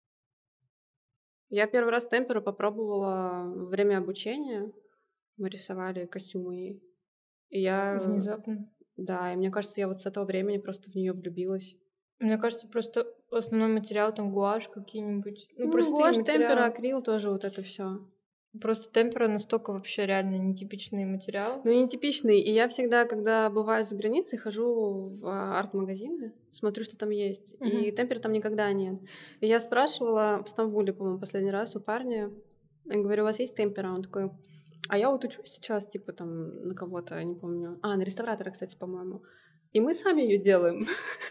S2: Я первый раз темперу попробовала во время обучения. Мы рисовали костюмы ей. И я...
S1: Внезапно.
S2: Да, и мне кажется, я вот с этого времени просто в нее влюбилась.
S1: Мне кажется, просто основной материал там гуашь какие-нибудь. Ну,
S2: Ну,
S1: простые
S2: гуашь,
S1: материалы.
S2: темпера, акрил, тоже вот это все.
S1: Просто темпера настолько вообще реально нетипичный материал.
S2: Ну, нетипичный. И я всегда, когда бываю за границей, хожу в арт-магазины, смотрю, что там есть.
S1: Мгм.
S2: И темпера там никогда нет. И я спрашивала в Стамбуле, по-моему, последний раз у парня, я говорю, у вас есть темпера? Он такой, а я вот учусь сейчас, типа, там, на кого-то, не помню. А, на реставратора, кстати, по-моему. И мы сами ее делаем.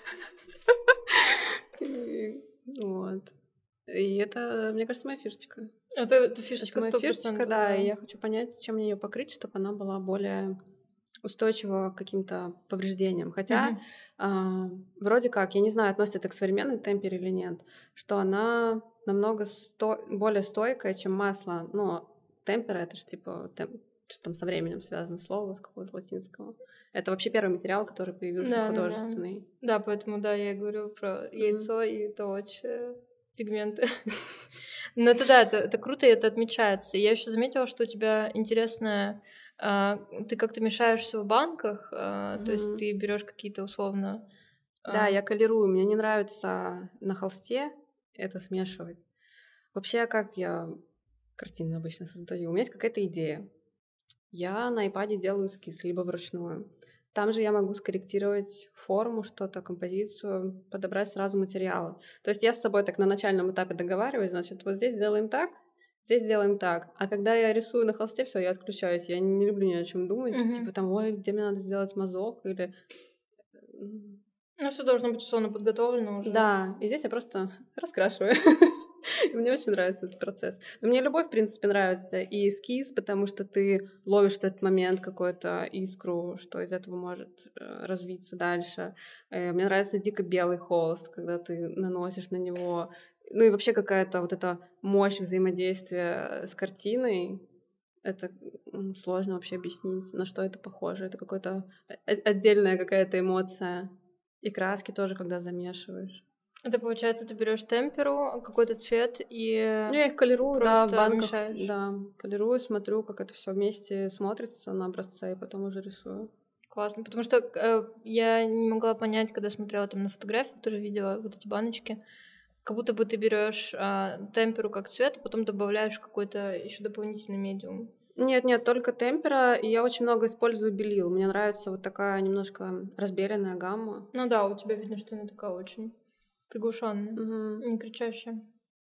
S2: Вот. И это, мне кажется, моя фишечка.
S1: Это, это фишечка
S2: Это моя
S1: сто
S2: фишечка,
S1: процентов.
S2: да, и я хочу понять, чем мне ее покрыть, чтобы она была более устойчива к каким-то повреждениям. Хотя
S1: Мгм.
S2: а, вроде как, я не знаю, относится это к современной темпере или нет, что она намного сто... более стойкая, чем масло. Но темпера — это же типа, тем... что там со временем связано слово с какого-то латинского. Это вообще первый материал, который появился
S1: Да, да, да.
S2: художественный.
S1: Да, поэтому, да, я и говорю про яйцо и толочь пигменты. Ну, это да, это, это круто, и это отмечается. И я еще заметила, что у тебя интересная... а, ты как-то мешаешь все в банках, а, то есть
S2: Мгм.
S1: ты берешь какие-то условно...
S2: Да,
S1: а,
S2: я колерую. Мне не нравится на холсте это смешивать. Вообще, как я картины обычно создаю? У меня есть какая-то идея. Я на iPad делаю эскиз, либо вручную. Там же я могу скорректировать форму, что-то, композицию, подобрать сразу материалы. То есть я с собой так на начальном этапе договариваюсь, значит, вот здесь делаем так, здесь делаем так. А когда я рисую на холсте, все, я отключаюсь. Я не люблю ни о чем думать.
S1: Мгм.
S2: Типа там, ой, где мне надо сделать мазок или...
S1: Ну, все должно быть условно подготовлено уже.
S2: Да, и здесь я просто раскрашиваю. И мне очень нравится этот процесс. Но мне любой, в принципе, нравится. И эскиз, потому что ты ловишь в этот момент какую-то искру, что из этого может э, развиться дальше. Э, мне нравится дико белый холст, когда ты наносишь на него. Ну и вообще какая-то вот эта мощь взаимодействия с картиной. Это м, сложно вообще объяснить, на что это похоже. Это какая-то отдельная какая-то эмоция. И краски тоже, когда замешиваешь.
S1: Это получается, ты берешь темперу, какой-то цвет и
S2: Ну, я их колерую, да, в
S1: просто
S2: банках,
S1: мешаешь.
S2: да, колерую, смотрю, как это все вместе смотрится на образце, и потом уже рисую.
S1: Классно, потому что э, я не могла понять, когда смотрела там на фотографиях, тоже видела вот эти баночки, как будто бы ты берешь э, темперу как цвет, а потом добавляешь какой-то еще дополнительный медиум.
S2: Нет, нет, только темпера, и я очень много использую белил. Мне нравится вот такая немножко разбеленная гамма.
S1: Ну да, у тебя видно, что она такая очень приглушенная,
S2: Угу.
S1: не кричащая.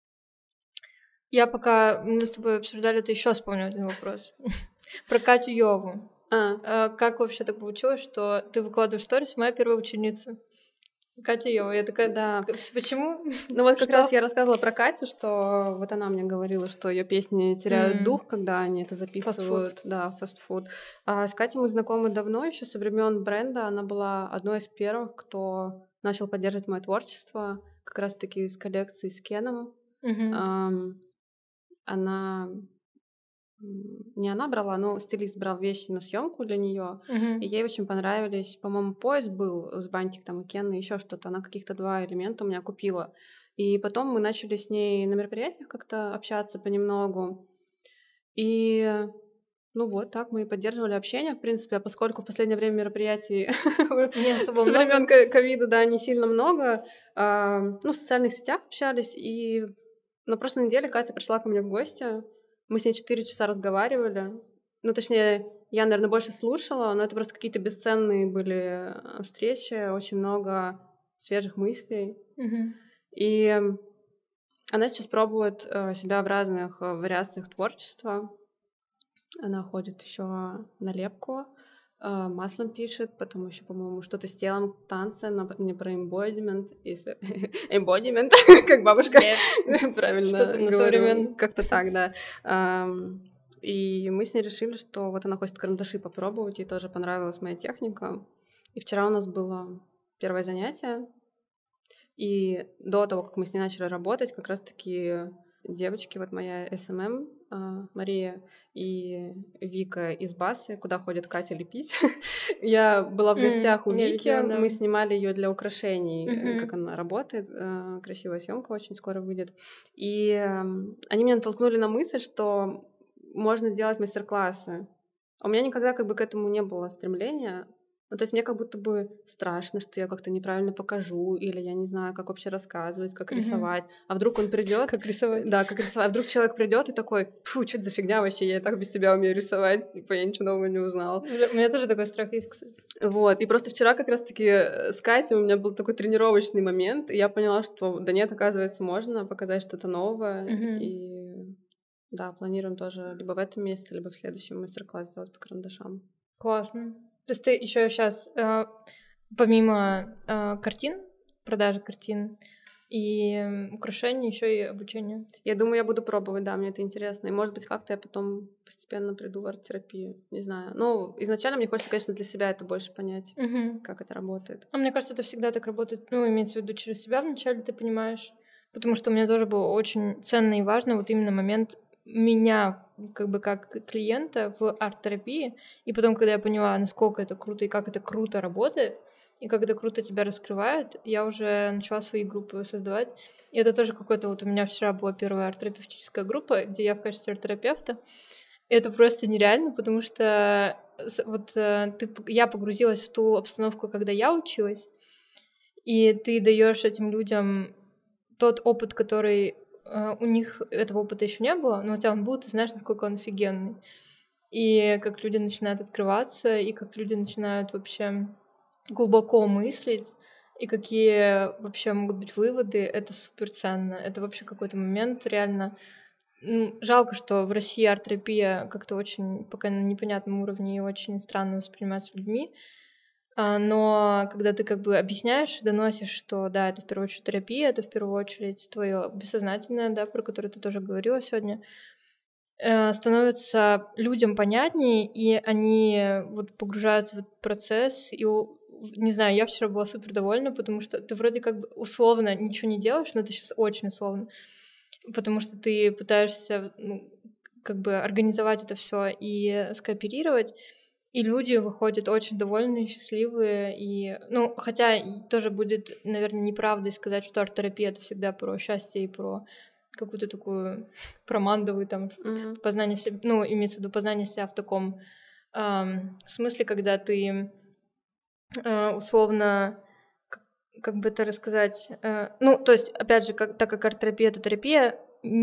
S1: Я пока мы с тобой обсуждали, это еще вспомнила один вопрос про Катю Йову.
S2: А,
S1: Э, Как вообще так получилось, что ты выкладываешь сторис, моя первая ученица? Катя Йова. Я такая,
S2: да.
S1: «К- почему?
S2: Ну вот как
S1: Что?
S2: раз я рассказывала про Катю, что вот она мне говорила, что ее песни теряют
S1: М.
S2: дух, когда они это записывают. Да, фастфуд. А с Катей мы знакомы давно, еще со времен бренда. Она была одной из первых, кто начал поддерживать мое творчество, как раз-таки с коллекцией с Кеном.
S1: Мгм.
S2: Ам, Она м, не она брала, но стилист брал вещи на съемку для нее,
S1: Мгм.
S2: и ей очень понравились. По-моему, пояс был с бантиком и Кен, и еще что-то. Она каких-то два элемента у меня купила. И потом мы начали с ней на мероприятиях как-то общаться понемногу. И ну вот, так мы и поддерживали общение, в принципе, а поскольку в последнее время мероприятий
S1: Не
S2: с
S1: особо
S2: времен
S1: много.
S2: ковида, да, не сильно много, а, ну, в социальных сетях общались, и на прошлой неделе Катя пришла ко мне в гости, мы с ней четыре часа разговаривали, ну, точнее, я, наверное, больше слушала, но это просто какие-то бесценные были э, встречи, очень много свежих мыслей,
S1: Мгм.
S2: и она сейчас пробует э, себя в разных э, вариациях творчества. Она ходит еще на лепку, э, маслом пишет, потом еще, по-моему, что-то с телом, танцы, но не про embodiment, если embodiment, как бабушка
S1: Нет.
S2: правильно
S1: Что-то на
S2: говорю,
S1: современном.
S2: как-то так, да. Ам, И мы с ней решили, что вот она хочет карандаши попробовать, ей тоже понравилась моя техника. И вчера у нас было первое занятие, И до того, как мы с ней начали работать, как раз-таки девочки, вот моя эс эм эм, Мария и Вика из Басы, куда ходит Катя лепить. Я была в гостях у Вики, мы снимали ее для украшений, как она работает. Красивая съемка очень скоро выйдет. И они меня натолкнули на мысль, что можно делать мастер-классы. У меня никогда как бы к этому не было стремления. Ну, то есть мне как будто бы страшно, что я как-то неправильно покажу, или я не знаю, как вообще рассказывать, как mm-hmm. рисовать. А вдруг он придет,
S1: как рисовать?
S2: Да, как рисовать. А вдруг человек придет и такой: фу, что это за фигня вообще, я и так без тебя умею рисовать, типа я ничего нового не узнала.
S1: У меня тоже такой страх есть, кстати.
S2: Вот, и просто вчера как раз-таки с Катей у меня был такой тренировочный момент, и я поняла, что да нет, оказывается, можно показать что-то новое, mm-hmm. и да, планируем тоже либо в этом месяце, либо в следующем мастер-класс сделать по карандашам.
S1: Классно. То есть ты еще сейчас, э, помимо э, картин, продажи картин и э, украшений, еще и обучение?
S2: Я думаю, я буду пробовать, да, мне это интересно. И, может быть, как-то я потом постепенно приду в арт-терапию, не знаю. Ну, изначально мне хочется, конечно, для себя это больше понять, угу. как это работает.
S1: А мне кажется, это всегда так работает, ну, имеется в виду через себя вначале, ты понимаешь. Потому что мне тоже было очень ценно и важно вот именно момент меня как бы как клиента в арт-терапии, и потом, когда я поняла, насколько это круто и как это круто работает, и как это круто тебя раскрывает, я уже начала свои группы создавать. И это тоже какой-то вот у меня вчера была первая арт-терапевтическая группа, где я в качестве арт-терапевта. И это просто нереально, потому что вот ты, я погрузилась в ту обстановку, когда я училась, и ты даешь этим людям тот опыт, который Uh, у них этого опыта еще не было, но у тебя он был, ты знаешь, насколько он офигенный. И как люди начинают открываться, и как люди начинают вообще глубоко мыслить, и какие вообще могут быть выводы, это супер ценно. Это вообще какой-то момент реально... Ну, жалко, что в России арт-терапия как-то очень пока на непонятном уровне и очень странно воспринимается людьми. Но когда ты как бы объясняешь, доносишь, что да, это в первую очередь терапия, это в первую очередь твое бессознательное, да, про которое ты тоже говорила сегодня, становится людям понятнее, и они вот погружаются в этот процесс, и, не знаю, я вчера была супер довольна, потому что ты вроде как бы условно ничего не делаешь, но это сейчас очень условно, потому что ты пытаешься, ну, как бы организовать это все и скооперировать, и люди выходят очень довольные, счастливые, и, ну, хотя тоже будет, наверное, неправдой сказать, что арт-терапия — это всегда про счастье и про какую-то такую промандовую там mm-hmm. познание себя, ну, имеется в виду познание себя в таком эм, смысле, когда ты э, условно, как, как бы это рассказать, э, ну, то есть, опять же, как, так как арт-терапия — это терапия,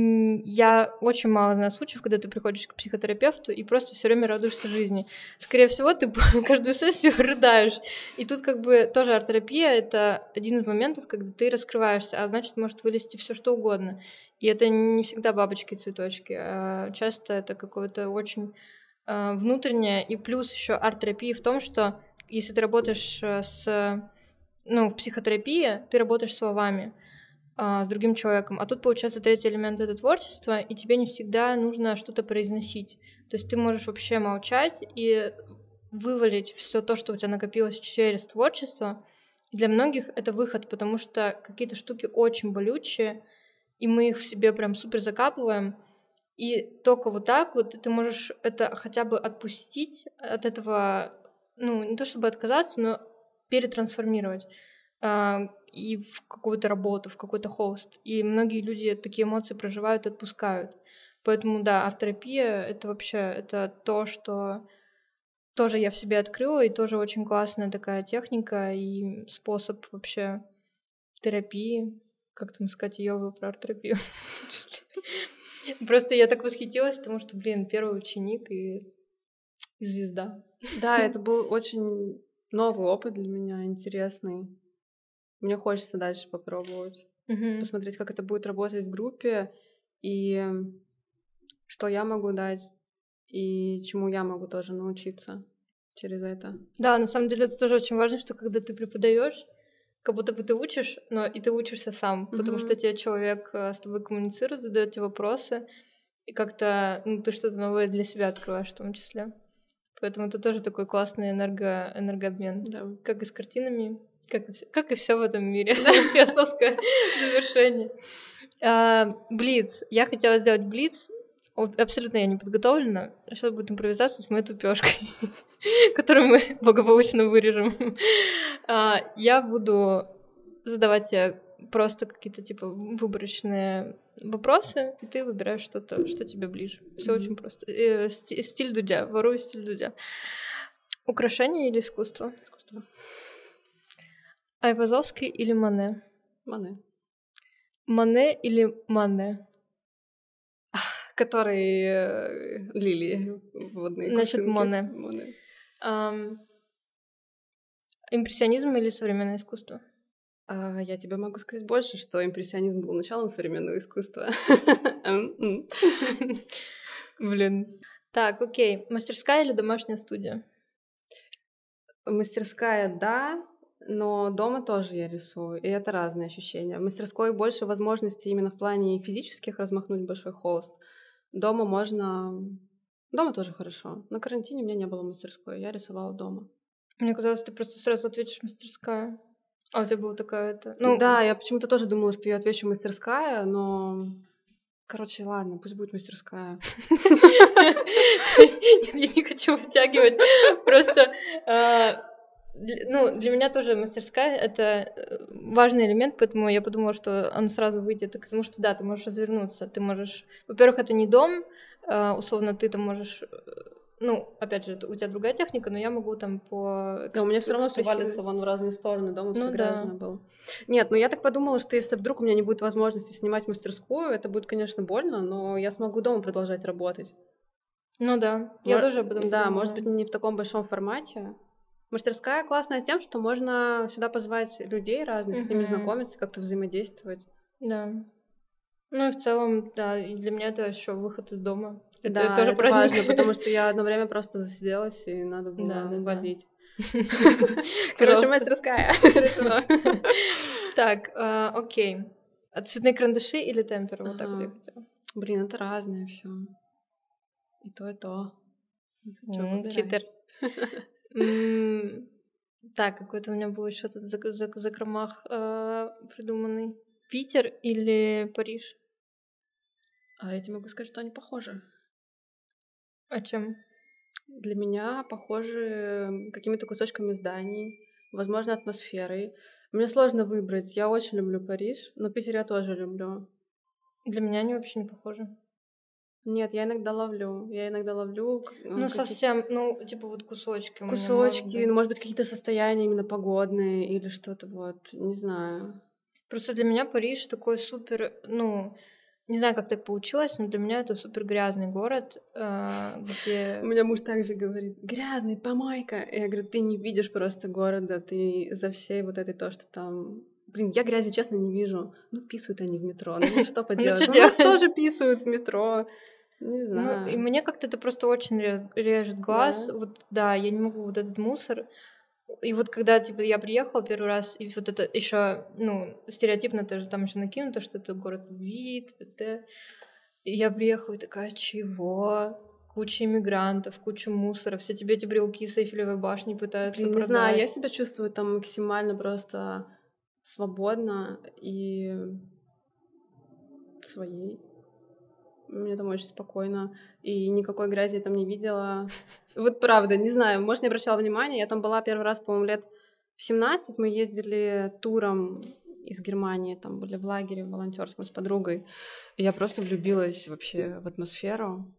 S1: я очень мало знаю случаев, когда ты приходишь к психотерапевту и просто все время радуешься жизни. Скорее всего, ты каждую сессию рыдаешь. И тут как бы тоже арт-терапия — это один из моментов, когда ты раскрываешься, а значит, может вылезти все что угодно. И это не всегда бабочки и цветочки, а часто это какое-то очень э, внутреннее. И плюс еще арт-терапия в том, что если ты работаешь с, ну, в психотерапии, ты работаешь словами с другим человеком. А тут, получается, третий элемент — это творчество, и тебе не всегда нужно что-то произносить. То есть ты можешь вообще молчать и вывалить все то, что у тебя накопилось через творчество. И для многих это выход, потому что какие-то штуки очень болючие, и мы их в себе прям супер закапываем. И только вот так вот ты можешь это хотя бы отпустить от этого, ну, не то чтобы отказаться, но перетрансформировать и в какую-то работу, в какой-то холст. И многие люди такие эмоции проживают и отпускают. Поэтому, да, арт-терапия — это вообще это то, что тоже я в себе открыла, и тоже очень классная такая техника и способ вообще терапии. Как там сказать йогу про арт-терапию? Просто я так восхитилась, потому что, блин, первый ученик и звезда.
S2: Да, это был очень новый опыт для меня, интересный. Мне хочется дальше попробовать, uh-huh. посмотреть, как это будет работать в группе, и что я могу дать, и чему я могу тоже научиться через это.
S1: Да, на самом деле это тоже очень важно, что когда ты преподаешь, как будто бы ты учишь, но и ты учишься сам, uh-huh. потому что тебе человек с тобой коммуницирует, задает тебе вопросы, и как-то ну, ты что-то новое для себя открываешь в том числе. Поэтому это тоже такой классный энерго... энергообмен,
S2: да.
S1: как и с картинами, Как и все, как и все в этом мире. Философское завершение. А, блиц. Я хотела сделать блиц. Абсолютно я не подготовлена. Сейчас будет импровизация с моей тупёшкой, которую мы благополучно вырежем. А, я буду задавать тебе просто какие-то типа выборочные вопросы, и ты выбираешь что-то, что тебе ближе. Все mm-hmm. очень просто. Э, стиль, стиль Дудя. Ворую стиль Дудя. Украшение или искусство?
S2: Искусство.
S1: Айвазовский или Мане?
S2: Мане.
S1: Мане или Мане?
S2: Который э, лилии водные.
S1: Значит,
S2: кувшинки.
S1: Моне.
S2: Моне.
S1: Um, импрессионизм или современное искусство?
S2: А, я тебе могу сказать больше, что импрессионизм был началом современного искусства.
S1: Блин. Так, окей. Мастерская или домашняя студия?
S2: Мастерская, да, но дома тоже я рисую, и это разные ощущения. В мастерской больше возможностей именно в плане физических размахнуть большой холст. Дома можно... Дома тоже хорошо. На карантине у меня не было мастерской, я рисовала дома.
S1: Мне казалось, ты просто сразу ответишь мастерская. А у тебя была такая это... Ну...
S2: Да, я почему-то тоже думала, что я отвечу мастерская, но... Короче, ладно, пусть будет мастерская.
S1: Я не хочу вытягивать. Просто... Ну, для меня тоже мастерская — это важный элемент, поэтому я подумала, что он сразу выйдет, потому что, да, ты можешь развернуться, ты можешь... Во-первых, это не дом, условно, ты там можешь... Ну, опять же, у тебя другая техника, но я могу там по...
S2: Да, у меня все равно все валится вон в разные стороны, дома все
S1: ну,
S2: грязно
S1: да.
S2: было. Нет, ну я так подумала, что если вдруг у меня не будет возможности снимать мастерскую, это будет, конечно, больно, но я смогу дома продолжать работать.
S1: Ну да, я
S2: Мож...
S1: тоже об этом
S2: Да,
S1: подумала.
S2: может быть, не в таком большом формате. Мастерская классная тем, что можно сюда позвать людей разных, uh-huh. с ними знакомиться, как-то взаимодействовать.
S1: Да. Ну и в целом, да, и для меня это еще выход из дома. Это,
S2: да,
S1: это тоже
S2: это
S1: праздник.
S2: важно, потому что я одно время просто засиделась, и надо было да, да, валить. Короче, мастерская.
S1: Так, окей. Цветные карандаши или темпер? Вот так вот я хотела.
S2: Блин, это разное все. И то, и то.
S1: Читер. Так, какой-то у меня был еще тут закромах придуманный. Питер или Париж?
S2: А я тебе могу сказать, что они похожи.
S1: А чем?
S2: Для меня похожи какими-то кусочками зданий, возможно, атмосферой. Мне сложно выбрать. Я очень люблю Париж, но Питер я тоже люблю.
S1: Для меня они вообще не похожи.
S2: Нет, я иногда ловлю. Я иногда ловлю...
S1: Ну, совсем, ну, типа вот кусочки.
S2: Кусочки, у меня, может, ну, может быть, какие-то состояния именно погодные или что-то вот, не знаю.
S1: Просто для меня Париж такой супер, ну... Не знаю, как так получилось, но для меня это супер грязный город, где...
S2: У меня муж также говорит, грязный, помойка. И я говорю, ты не видишь просто города, ты за всей вот этой то, что там... Блин, я грязи, честно, не вижу. Ну, писают они в метро, ну что поделать. У нас тоже писают в метро. Не знаю.
S1: Ну, и мне как-то это просто очень режет глаз. Вот, да, я не могу вот этот мусор... И вот когда, типа, я приехала первый раз, и вот это еще, ну, стереотипно тоже там еще накинуто, что это город любви, т.д. И я приехала и такая, чего? Куча иммигрантов, куча мусора, все тебе эти брелки с Эйфелевой башни пытаются
S2: не
S1: продать.
S2: Не знаю, я себя чувствую там максимально просто свободно и своей. Мне там очень спокойно, и никакой грязи я там не видела. Вот правда, не знаю, может, не обращала внимания. Я там была первый раз, по-моему, лет в семнадцать. Мы ездили туром из Германии, там были в лагере в волонтерском с подругой. И я просто влюбилась вообще в атмосферу.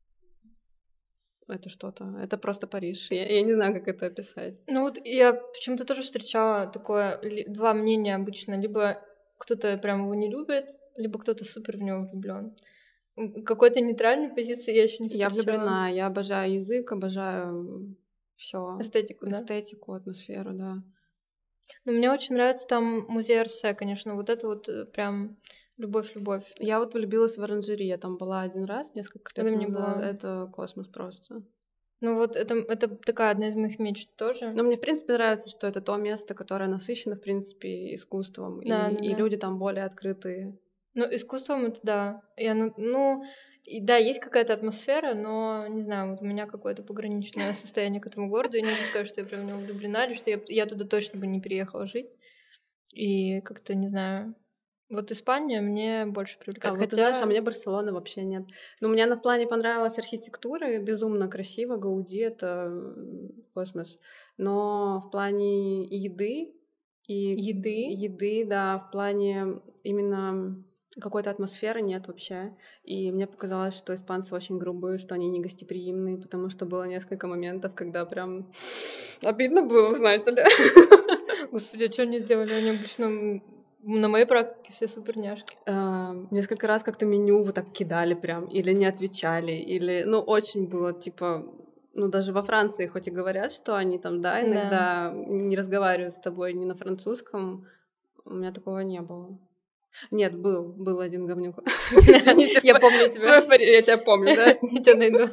S2: Это что-то. Это просто Париж. Я, я не знаю, как это описать.
S1: Ну вот я почему-то тоже встречала такое, два мнения обычно. Либо кто-то прям его не любит, либо кто-то супер в него влюблен. Какой-то нейтральной позиции я еще не встречала.
S2: Я влюблена, я обожаю язык, обожаю все.
S1: Эстетику, да?
S2: Эстетику, атмосферу, да.
S1: Но мне очень нравится там музей Орсе, конечно, вот это вот прям любовь-любовь.
S2: Я вот влюбилась в оранжерию, я там была один раз, несколько лет
S1: это
S2: назад,
S1: мне было...
S2: это космос просто.
S1: Ну вот это, это такая одна из моих мечт тоже.
S2: Но мне, в принципе, нравится, что это то место, которое насыщено, в принципе, искусством,
S1: да,
S2: и,
S1: да,
S2: и
S1: да.
S2: люди там более открытые.
S1: Ну, искусством это да. Я, ну, ну, И да, есть какая-то атмосфера, но, не знаю, вот у меня какое-то пограничное состояние к этому городу. Я не могу сказать, что я прям в него влюблена, или что я, я туда точно бы не переехала жить. И как-то, не знаю... Вот Испания мне больше привлекает.
S2: А
S1: Хотя...
S2: вот ты знаешь, а мне Барселона вообще нет. Но мне она в плане понравилась архитектура, безумно красиво, Гауди — это космос. Но в плане еды и
S1: Еды?
S2: еды, да, в плане именно какой-то атмосферы нет вообще. И мне показалось, что испанцы очень грубые, что они не гостеприимные, потому что было несколько моментов, когда прям обидно было, знаете ли.
S1: Господи, а что они сделали? Они обычно... На моей практике все суперняшки.
S2: Uh, несколько раз как-то меню вот так кидали прям, или не отвечали, или, ну, очень было, типа, ну, даже во Франции, хоть и говорят, что они там, да, иногда да. не разговаривают с тобой ни на французском, у меня такого не было. Нет, был, был один говнюк.
S1: Я помню тебя.
S2: Я тебя помню, да?
S1: Я тебя найду.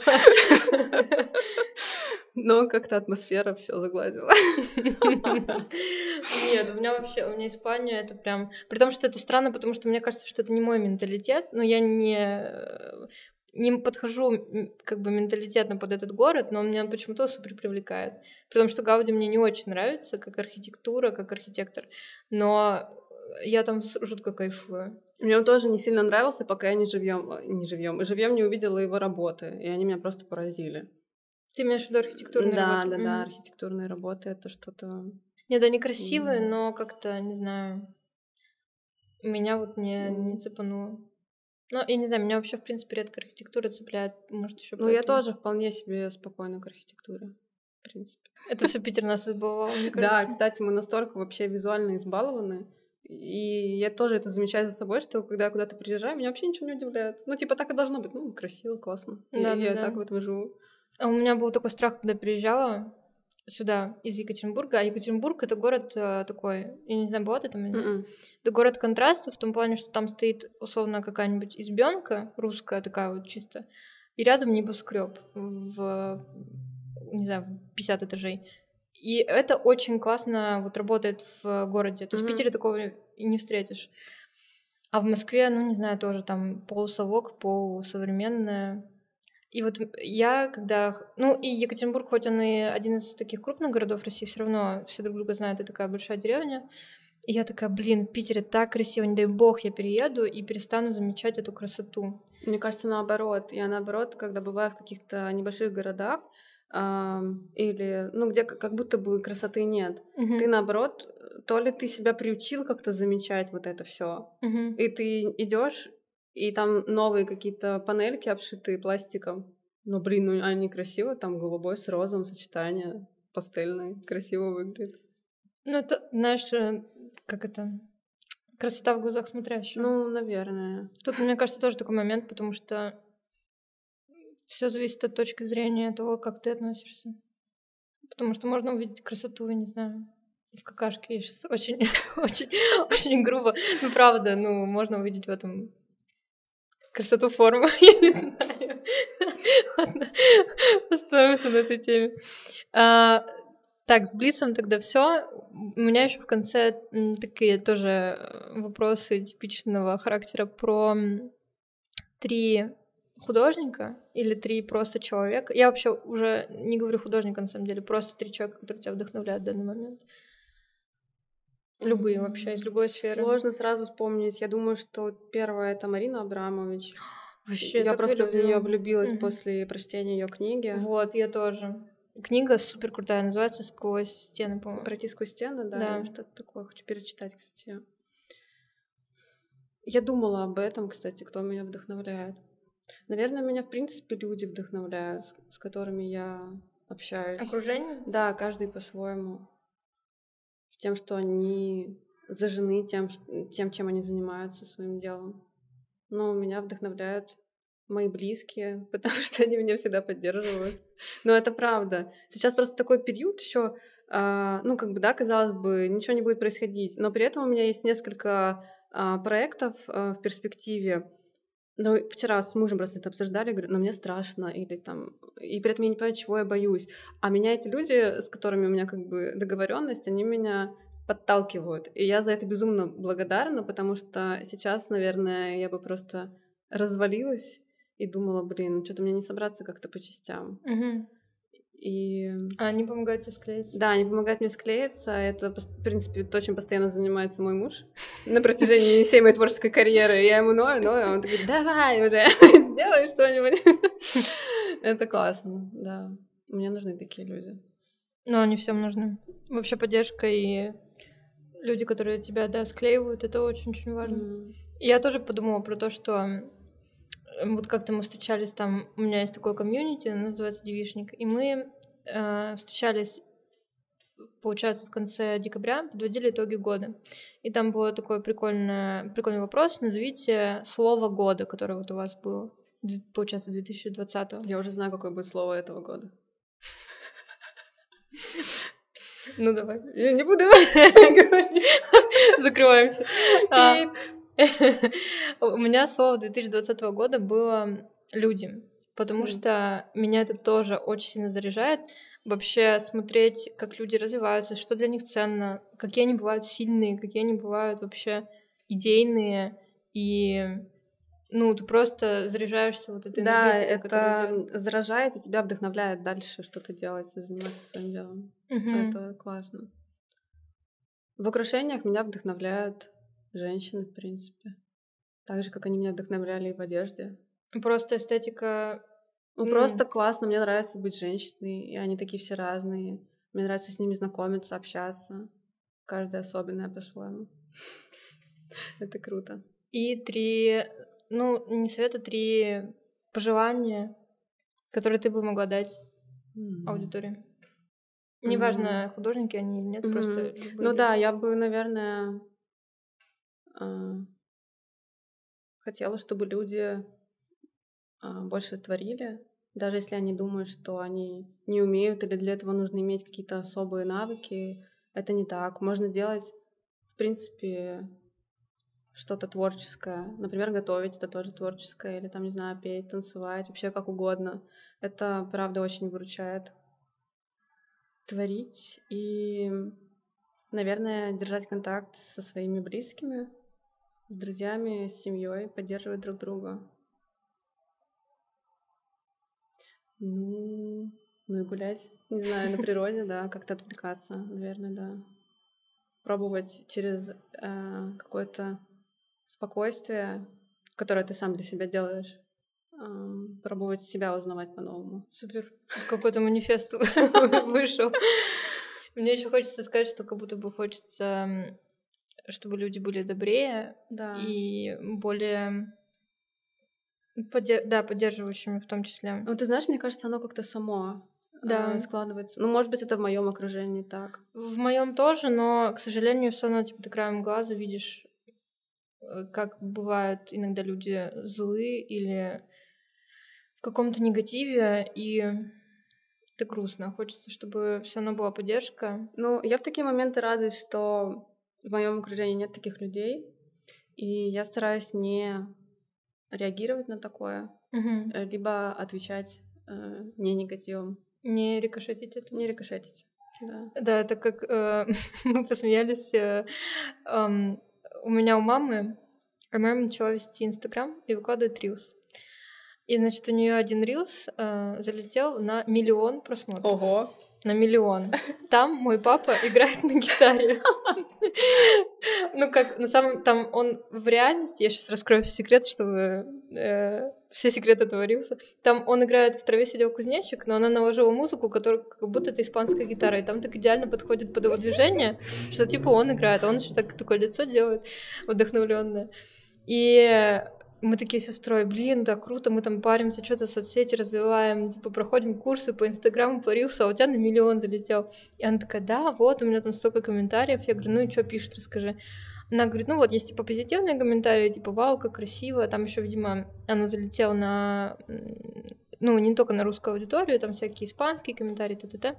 S2: Но как-то атмосфера все загладила.
S1: Нет, у меня вообще, у меня Испания, это прям... При том, что это странно, потому что мне кажется, что это не мой менталитет, но я не... не подхожу как бы менталитетно под этот город, но он меня почему-то супер привлекает. При том, что Гауди мне не очень нравится, как архитектура, как архитектор, но я там жутко кайфую.
S2: Мне он тоже не сильно нравился, пока я не живьем, не живьем, живьем не увидела его работы, и они меня просто поразили.
S1: Ты имеешь в виду архитектурные
S2: да,
S1: работы?
S2: Да, да, да, архитектурные работы — это что-то...
S1: Нет, они красивые, mm. но как-то, не знаю, меня вот не, mm. не цепануло. Ну, я не знаю, меня вообще, в принципе, редко архитектура цепляет, может, еще.
S2: Ну, поэтому... я тоже вполне себе спокойна к архитектуре, в принципе.
S1: Это все Питер нас избаловал, мне кажется.
S2: Да, кстати, мы настолько вообще визуально избалованы, и я тоже это замечаю за собой, что когда я куда-то приезжаю, меня вообще ничего не удивляет. Ну, типа, так и должно быть. Ну, красиво, классно.
S1: Да,
S2: и
S1: да,
S2: я
S1: да.
S2: так в этом живу.
S1: А у меня был такой страх, когда приезжала сюда из Екатеринбурга. А Екатеринбург — это город э, такой, я не знаю, была ты там или нет? Mm-mm. Это город контраста в том плане, что там стоит условно какая-нибудь избенка русская такая вот чисто, и рядом небоскреб в, не знаю, в пятьдесят этажей. И это очень классно вот работает в городе. То есть mm-hmm. в Питере такого и не встретишь. А в Москве, ну, не знаю, тоже там полусовок, полусовременное. И вот я, когда... Ну, и Екатеринбург, хоть он и один из таких крупных городов России, все равно все друг друга знают, это такая большая деревня. И я такая, блин, в Питере так красиво, не дай бог, я перееду и перестану замечать эту красоту.
S2: Мне кажется, наоборот. Я, наоборот, когда бываю в каких-то небольших городах, эм, или, ну, где как будто бы красоты нет, угу. ты, наоборот, то ли ты себя приучил как-то замечать вот это все,
S1: угу.
S2: и ты идешь и там новые какие-то панельки, обшитые пластиком. Но, блин, ну они красиво, там голубой с розовым сочетание, пастельное, красиво выглядит.
S1: Ну, это, знаешь, как это... Красота в глазах смотрящего.
S2: Ну, наверное.
S1: Тут, мне кажется, тоже такой момент, потому что все зависит от точки зрения того, как ты относишься. Потому что можно увидеть красоту, я не знаю, в какашке. Я сейчас очень, очень, очень грубо. Ну, правда, ну, можно увидеть в этом красоту формы, я не знаю. Ладно, остановимся на этой теме. А, так, с Блицем тогда все. У меня еще в конце такие тоже вопросы типичного характера про три художника или три просто человека. Я вообще уже не говорю художника, на самом деле, просто три человека, которые тебя вдохновляют в данный момент. Любые вообще, из любой сферы.
S2: Сложно сразу вспомнить. Я думаю, что первая — это Марина Абрамович.
S1: Вообще,
S2: я просто
S1: люблю.
S2: в нее влюбилась угу. после прочтения ее книги.
S1: Вот, я тоже. Книга супер крутая, называется «Сквозь стены», по-моему.
S2: «Пройти сквозь стены», да,
S1: да.
S2: Или что-то такое. Хочу перечитать, кстати. Я думала об этом, кстати, кто меня вдохновляет. Наверное, меня, в принципе, люди вдохновляют, с которыми я общаюсь.
S1: Окружение?
S2: Да, каждый по-своему. Тем, что они зажжены тем, тем, чем они занимаются своим делом. Но меня вдохновляют мои близкие, потому что они меня всегда поддерживают. Но это правда. Сейчас просто такой период еще, э, ну, как бы, да, казалось бы, ничего не будет происходить. Но при этом у меня есть несколько э, проектов э, в перспективе. Ну, вчера с мужем просто это обсуждали, говорю, но мне страшно, или там, и при этом я не понимаю, чего я боюсь. А меня эти люди, с которыми у меня как бы договоренность, они меня подталкивают. И я за это безумно благодарна, потому что сейчас, наверное, я бы просто развалилась и думала, блин, что-то мне не собраться как-то по частям.
S1: Угу.
S2: И...
S1: А они помогают тебе склеиться?
S2: Да, они помогают мне склеиться. Это, в принципе, то, чем постоянно занимается мой муж на протяжении всей моей творческой карьеры. Я ему ною, ною, а он такой, давай уже, сделай что-нибудь. Это классно, да. Мне нужны такие люди.
S1: Ну, они всем нужны. Вообще поддержка и люди, которые тебя, да, склеивают, это очень-очень важно.
S2: Mm.
S1: И я тоже подумала про то, что вот как-то мы встречались там, у меня есть такое комьюнити, оно называется «Девишник», и мы э, встречались, получается, в конце декабря, подводили итоги года. И там был такой прикольный, прикольный вопрос: назовите слово года, которое вот у вас было, получается, две тысячи двадцатого.
S2: Я уже знаю, какое будет слово этого года.
S1: Ну давай.
S2: Я не буду говорить.
S1: Закрываемся. У меня слово две тысячи двадцатого года было «люди», потому что меня это тоже очень сильно заряжает. Вообще смотреть, как люди развиваются, что для них ценно, какие они бывают сильные, какие они бывают вообще идейные, и ну, ты просто заряжаешься вот этой энергетикой,
S2: да,
S1: которая идёт.
S2: Это заражает и тебя вдохновляет дальше что-то делать и заниматься своим делом.
S1: Угу.
S2: Это классно. В украшениях меня вдохновляют женщины, в принципе. Так же, как они меня вдохновляли и в одежде.
S1: Просто эстетика...
S2: Ну, mm. просто классно. Мне нравится быть женщиной, и они такие все разные. Мне нравится с ними знакомиться, общаться. Каждая особенная по-своему. Это круто.
S1: И три... Ну, не совета, три пожелания, которые ты бы могла дать mm. аудитории. Неважно, mm-hmm. художники они или нет, mm-hmm. просто...
S2: Ну люди. Да, я бы, наверное, хотела, чтобы люди больше творили, даже если они думают, что они не умеют или для этого нужно иметь какие-то особые навыки. Это не так. Можно делать, в принципе, что-то творческое. Например, готовить — это тоже творческое. Или там, не знаю, петь, танцевать, вообще как угодно. Это, правда, очень выручает. Творить и, наверное, держать контакт со своими близкими, с друзьями, с семьей, поддерживать друг друга. Ну, ну и гулять, не знаю, на природе, да, как-то отвлекаться, наверное, да. Пробовать через э, какое-то спокойствие, которое ты сам для себя делаешь, э, пробовать себя узнавать по-новому.
S1: Супер. Какой-то манифест вышел. Мне еще хочется сказать, что как будто бы хочется, чтобы люди были добрее и более... Подер... Да, поддерживающими в том числе.
S2: Ну, ты знаешь, мне кажется, оно как-то само
S1: да.
S2: э, складывается. Ну, может быть, это в моем окружении так.
S1: В моем тоже, но, к сожалению, все равно, типа, ты краем глаза видишь, как бывают иногда люди злые или в каком-то негативе, и это грустно. Хочется, чтобы все равно была поддержка.
S2: Ну, я в такие моменты радуюсь, что в моем окружении нет таких людей, и я стараюсь не реагировать на такое,
S1: угу.
S2: либо отвечать э, не негативом.
S1: Не рикошетить это?
S2: Не рикошетить, да.
S1: Да, так как э, мы посмеялись, э, э, у меня у мамы, она начала вести Инстаграм и выкладывает рилс. И, значит, у нее один рилс э, залетел на миллион просмотров.
S2: Ого!
S1: На миллион. Там мой папа играет на гитаре. Ну, как, на самом... Там он в реальности... Я сейчас раскрою все секреты, чтобы... Э, все секреты этого рилса. Там он играет «В траве сидел кузнечик», но она наложила музыку, которая как будто это испанская гитара. И там так идеально подходит под его движение, что типа он играет. Он еще так, такое лицо делает вдохновленное. И... Мы такие с сестрой, блин, да, круто, мы там паримся, что-то соцсети развиваем, типа, проходим курсы по Инстаграму, по Рилсу, а у тебя на миллион залетел. И она такая, да, вот, у меня там столько комментариев. Я говорю, ну и что пишут, расскажи. Она говорит, ну вот, есть, типа, позитивные комментарии, типа, вау, как красиво. Там еще, видимо, она залетела на, ну, не только на русскую аудиторию, там всякие испанские комментарии, т.т.т.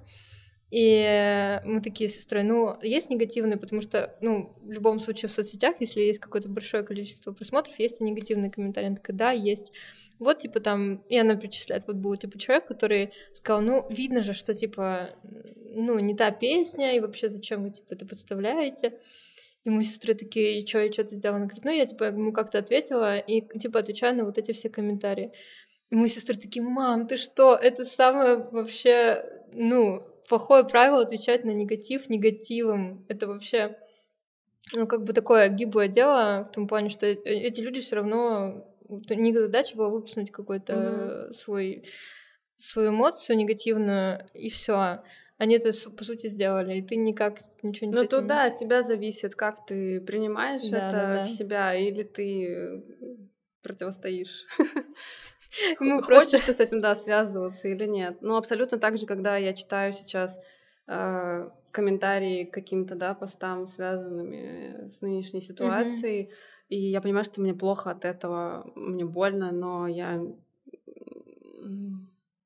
S1: И мы такие с сестрой, ну, есть негативные, потому что, ну, в любом случае в соцсетях, если есть какое-то большое количество просмотров, есть и негативные комментарии. Она такая, да, есть. Вот, типа, там, и она перечисляет, вот был, типа, человек, который сказал, ну, видно же, что, типа, ну, не та песня, и вообще зачем вы, типа, это подставляете? И мы с сестрой такие, и что, я что-то сделала? Она говорит, ну, я, типа, ему как-то ответила, и, типа, отвечаю на вот эти все комментарии. И мы с сестрой такие: мам, ты что? Это самое вообще, ну, плохое правило — отвечать на негатив негативом. Это вообще, ну, как бы такое гиблое дело в том плане, что э- эти люди все равно... У них задача была выплеснуть какой-то
S2: Мгм.
S1: свой, свою эмоцию негативную, и все. Они это, с- по сути, сделали, и ты никак ничего не с
S2: Ну, тут,
S1: этим...
S2: да, от тебя зависит, как ты принимаешь
S1: Да, да,
S2: это в
S1: да.
S2: себя, или ты э, противостоишь.
S1: Мы
S2: Х-
S1: просто...
S2: Хочешь ты с этим, да, связываться или нет. Ну, абсолютно так же, когда я читаю сейчас э, комментарии к каким-то, да, постам, связанными с нынешней
S1: Мгм.
S2: ситуацией, и я понимаю, что мне плохо от этого, мне больно, но я... м,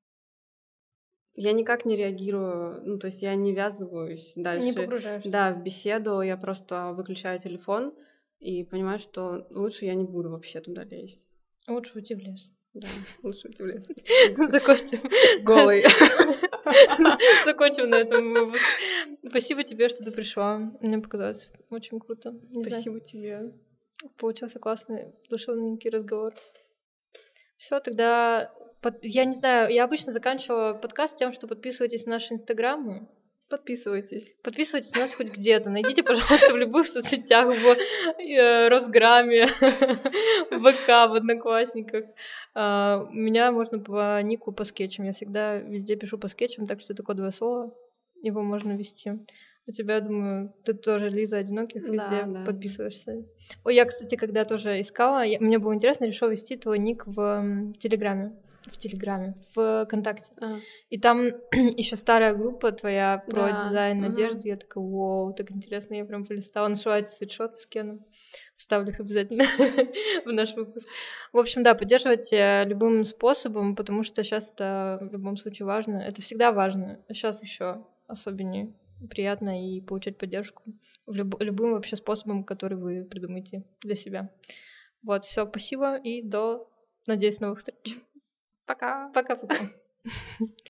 S2: я никак не реагирую, ну, то есть я не ввязываюсь
S1: Не
S2: дальше,
S1: погружаешься.
S2: да, в беседу, я просто выключаю телефон и понимаю, что лучше я не буду вообще туда лезть.
S1: Лучше уйти в лес.
S2: Да, лучше уйти в лес.
S1: Закончим.
S2: Голый.
S1: Закончим на этом выпуск. Спасибо тебе, что ты пришла. Мне показалось очень круто. Не знаю,
S2: Спасибо тебе.
S1: получился классный, душевненький разговор. Все, тогда под- я не знаю, я обычно заканчивала подкаст тем, что подписывайтесь на наши инстаграмы.
S2: Подписывайтесь.
S1: Подписывайтесь на нас хоть где-то. Найдите, пожалуйста, в любых соцсетях, в э, Росграме, в ВК, в Одноклассниках. А, Меня можно по нику по скетчам. Я всегда везде пишу по скетчам, так что это кодовое слово. Его можно ввести. У тебя, думаю, ты тоже Лиза Одиноких
S2: Да,
S1: везде
S2: да.
S1: подписываешься. Ой, я, кстати, когда тоже искала, я- мне было интересно, решила ввести твой ник в м, Телеграме. В Телеграме, в ВКонтакте.
S2: А,
S1: И там еще старая группа твоя про
S2: да.
S1: дизайн
S2: Мгм.
S1: одежды. Я такая: вау, так интересно, я прям полистала. Нашла эти свитшоты с Кеном. Вставлю их обязательно в наш выпуск. В общем, да, поддерживайте любым способом, потому что сейчас это в любом случае важно. Это всегда важно. А сейчас еще особеннее приятно и получать поддержку в люб- любым вообще способом, который вы придумаете для себя. Вот, все, спасибо и до, надеюсь, новых встреч.
S2: Пока.
S1: Пока-пока.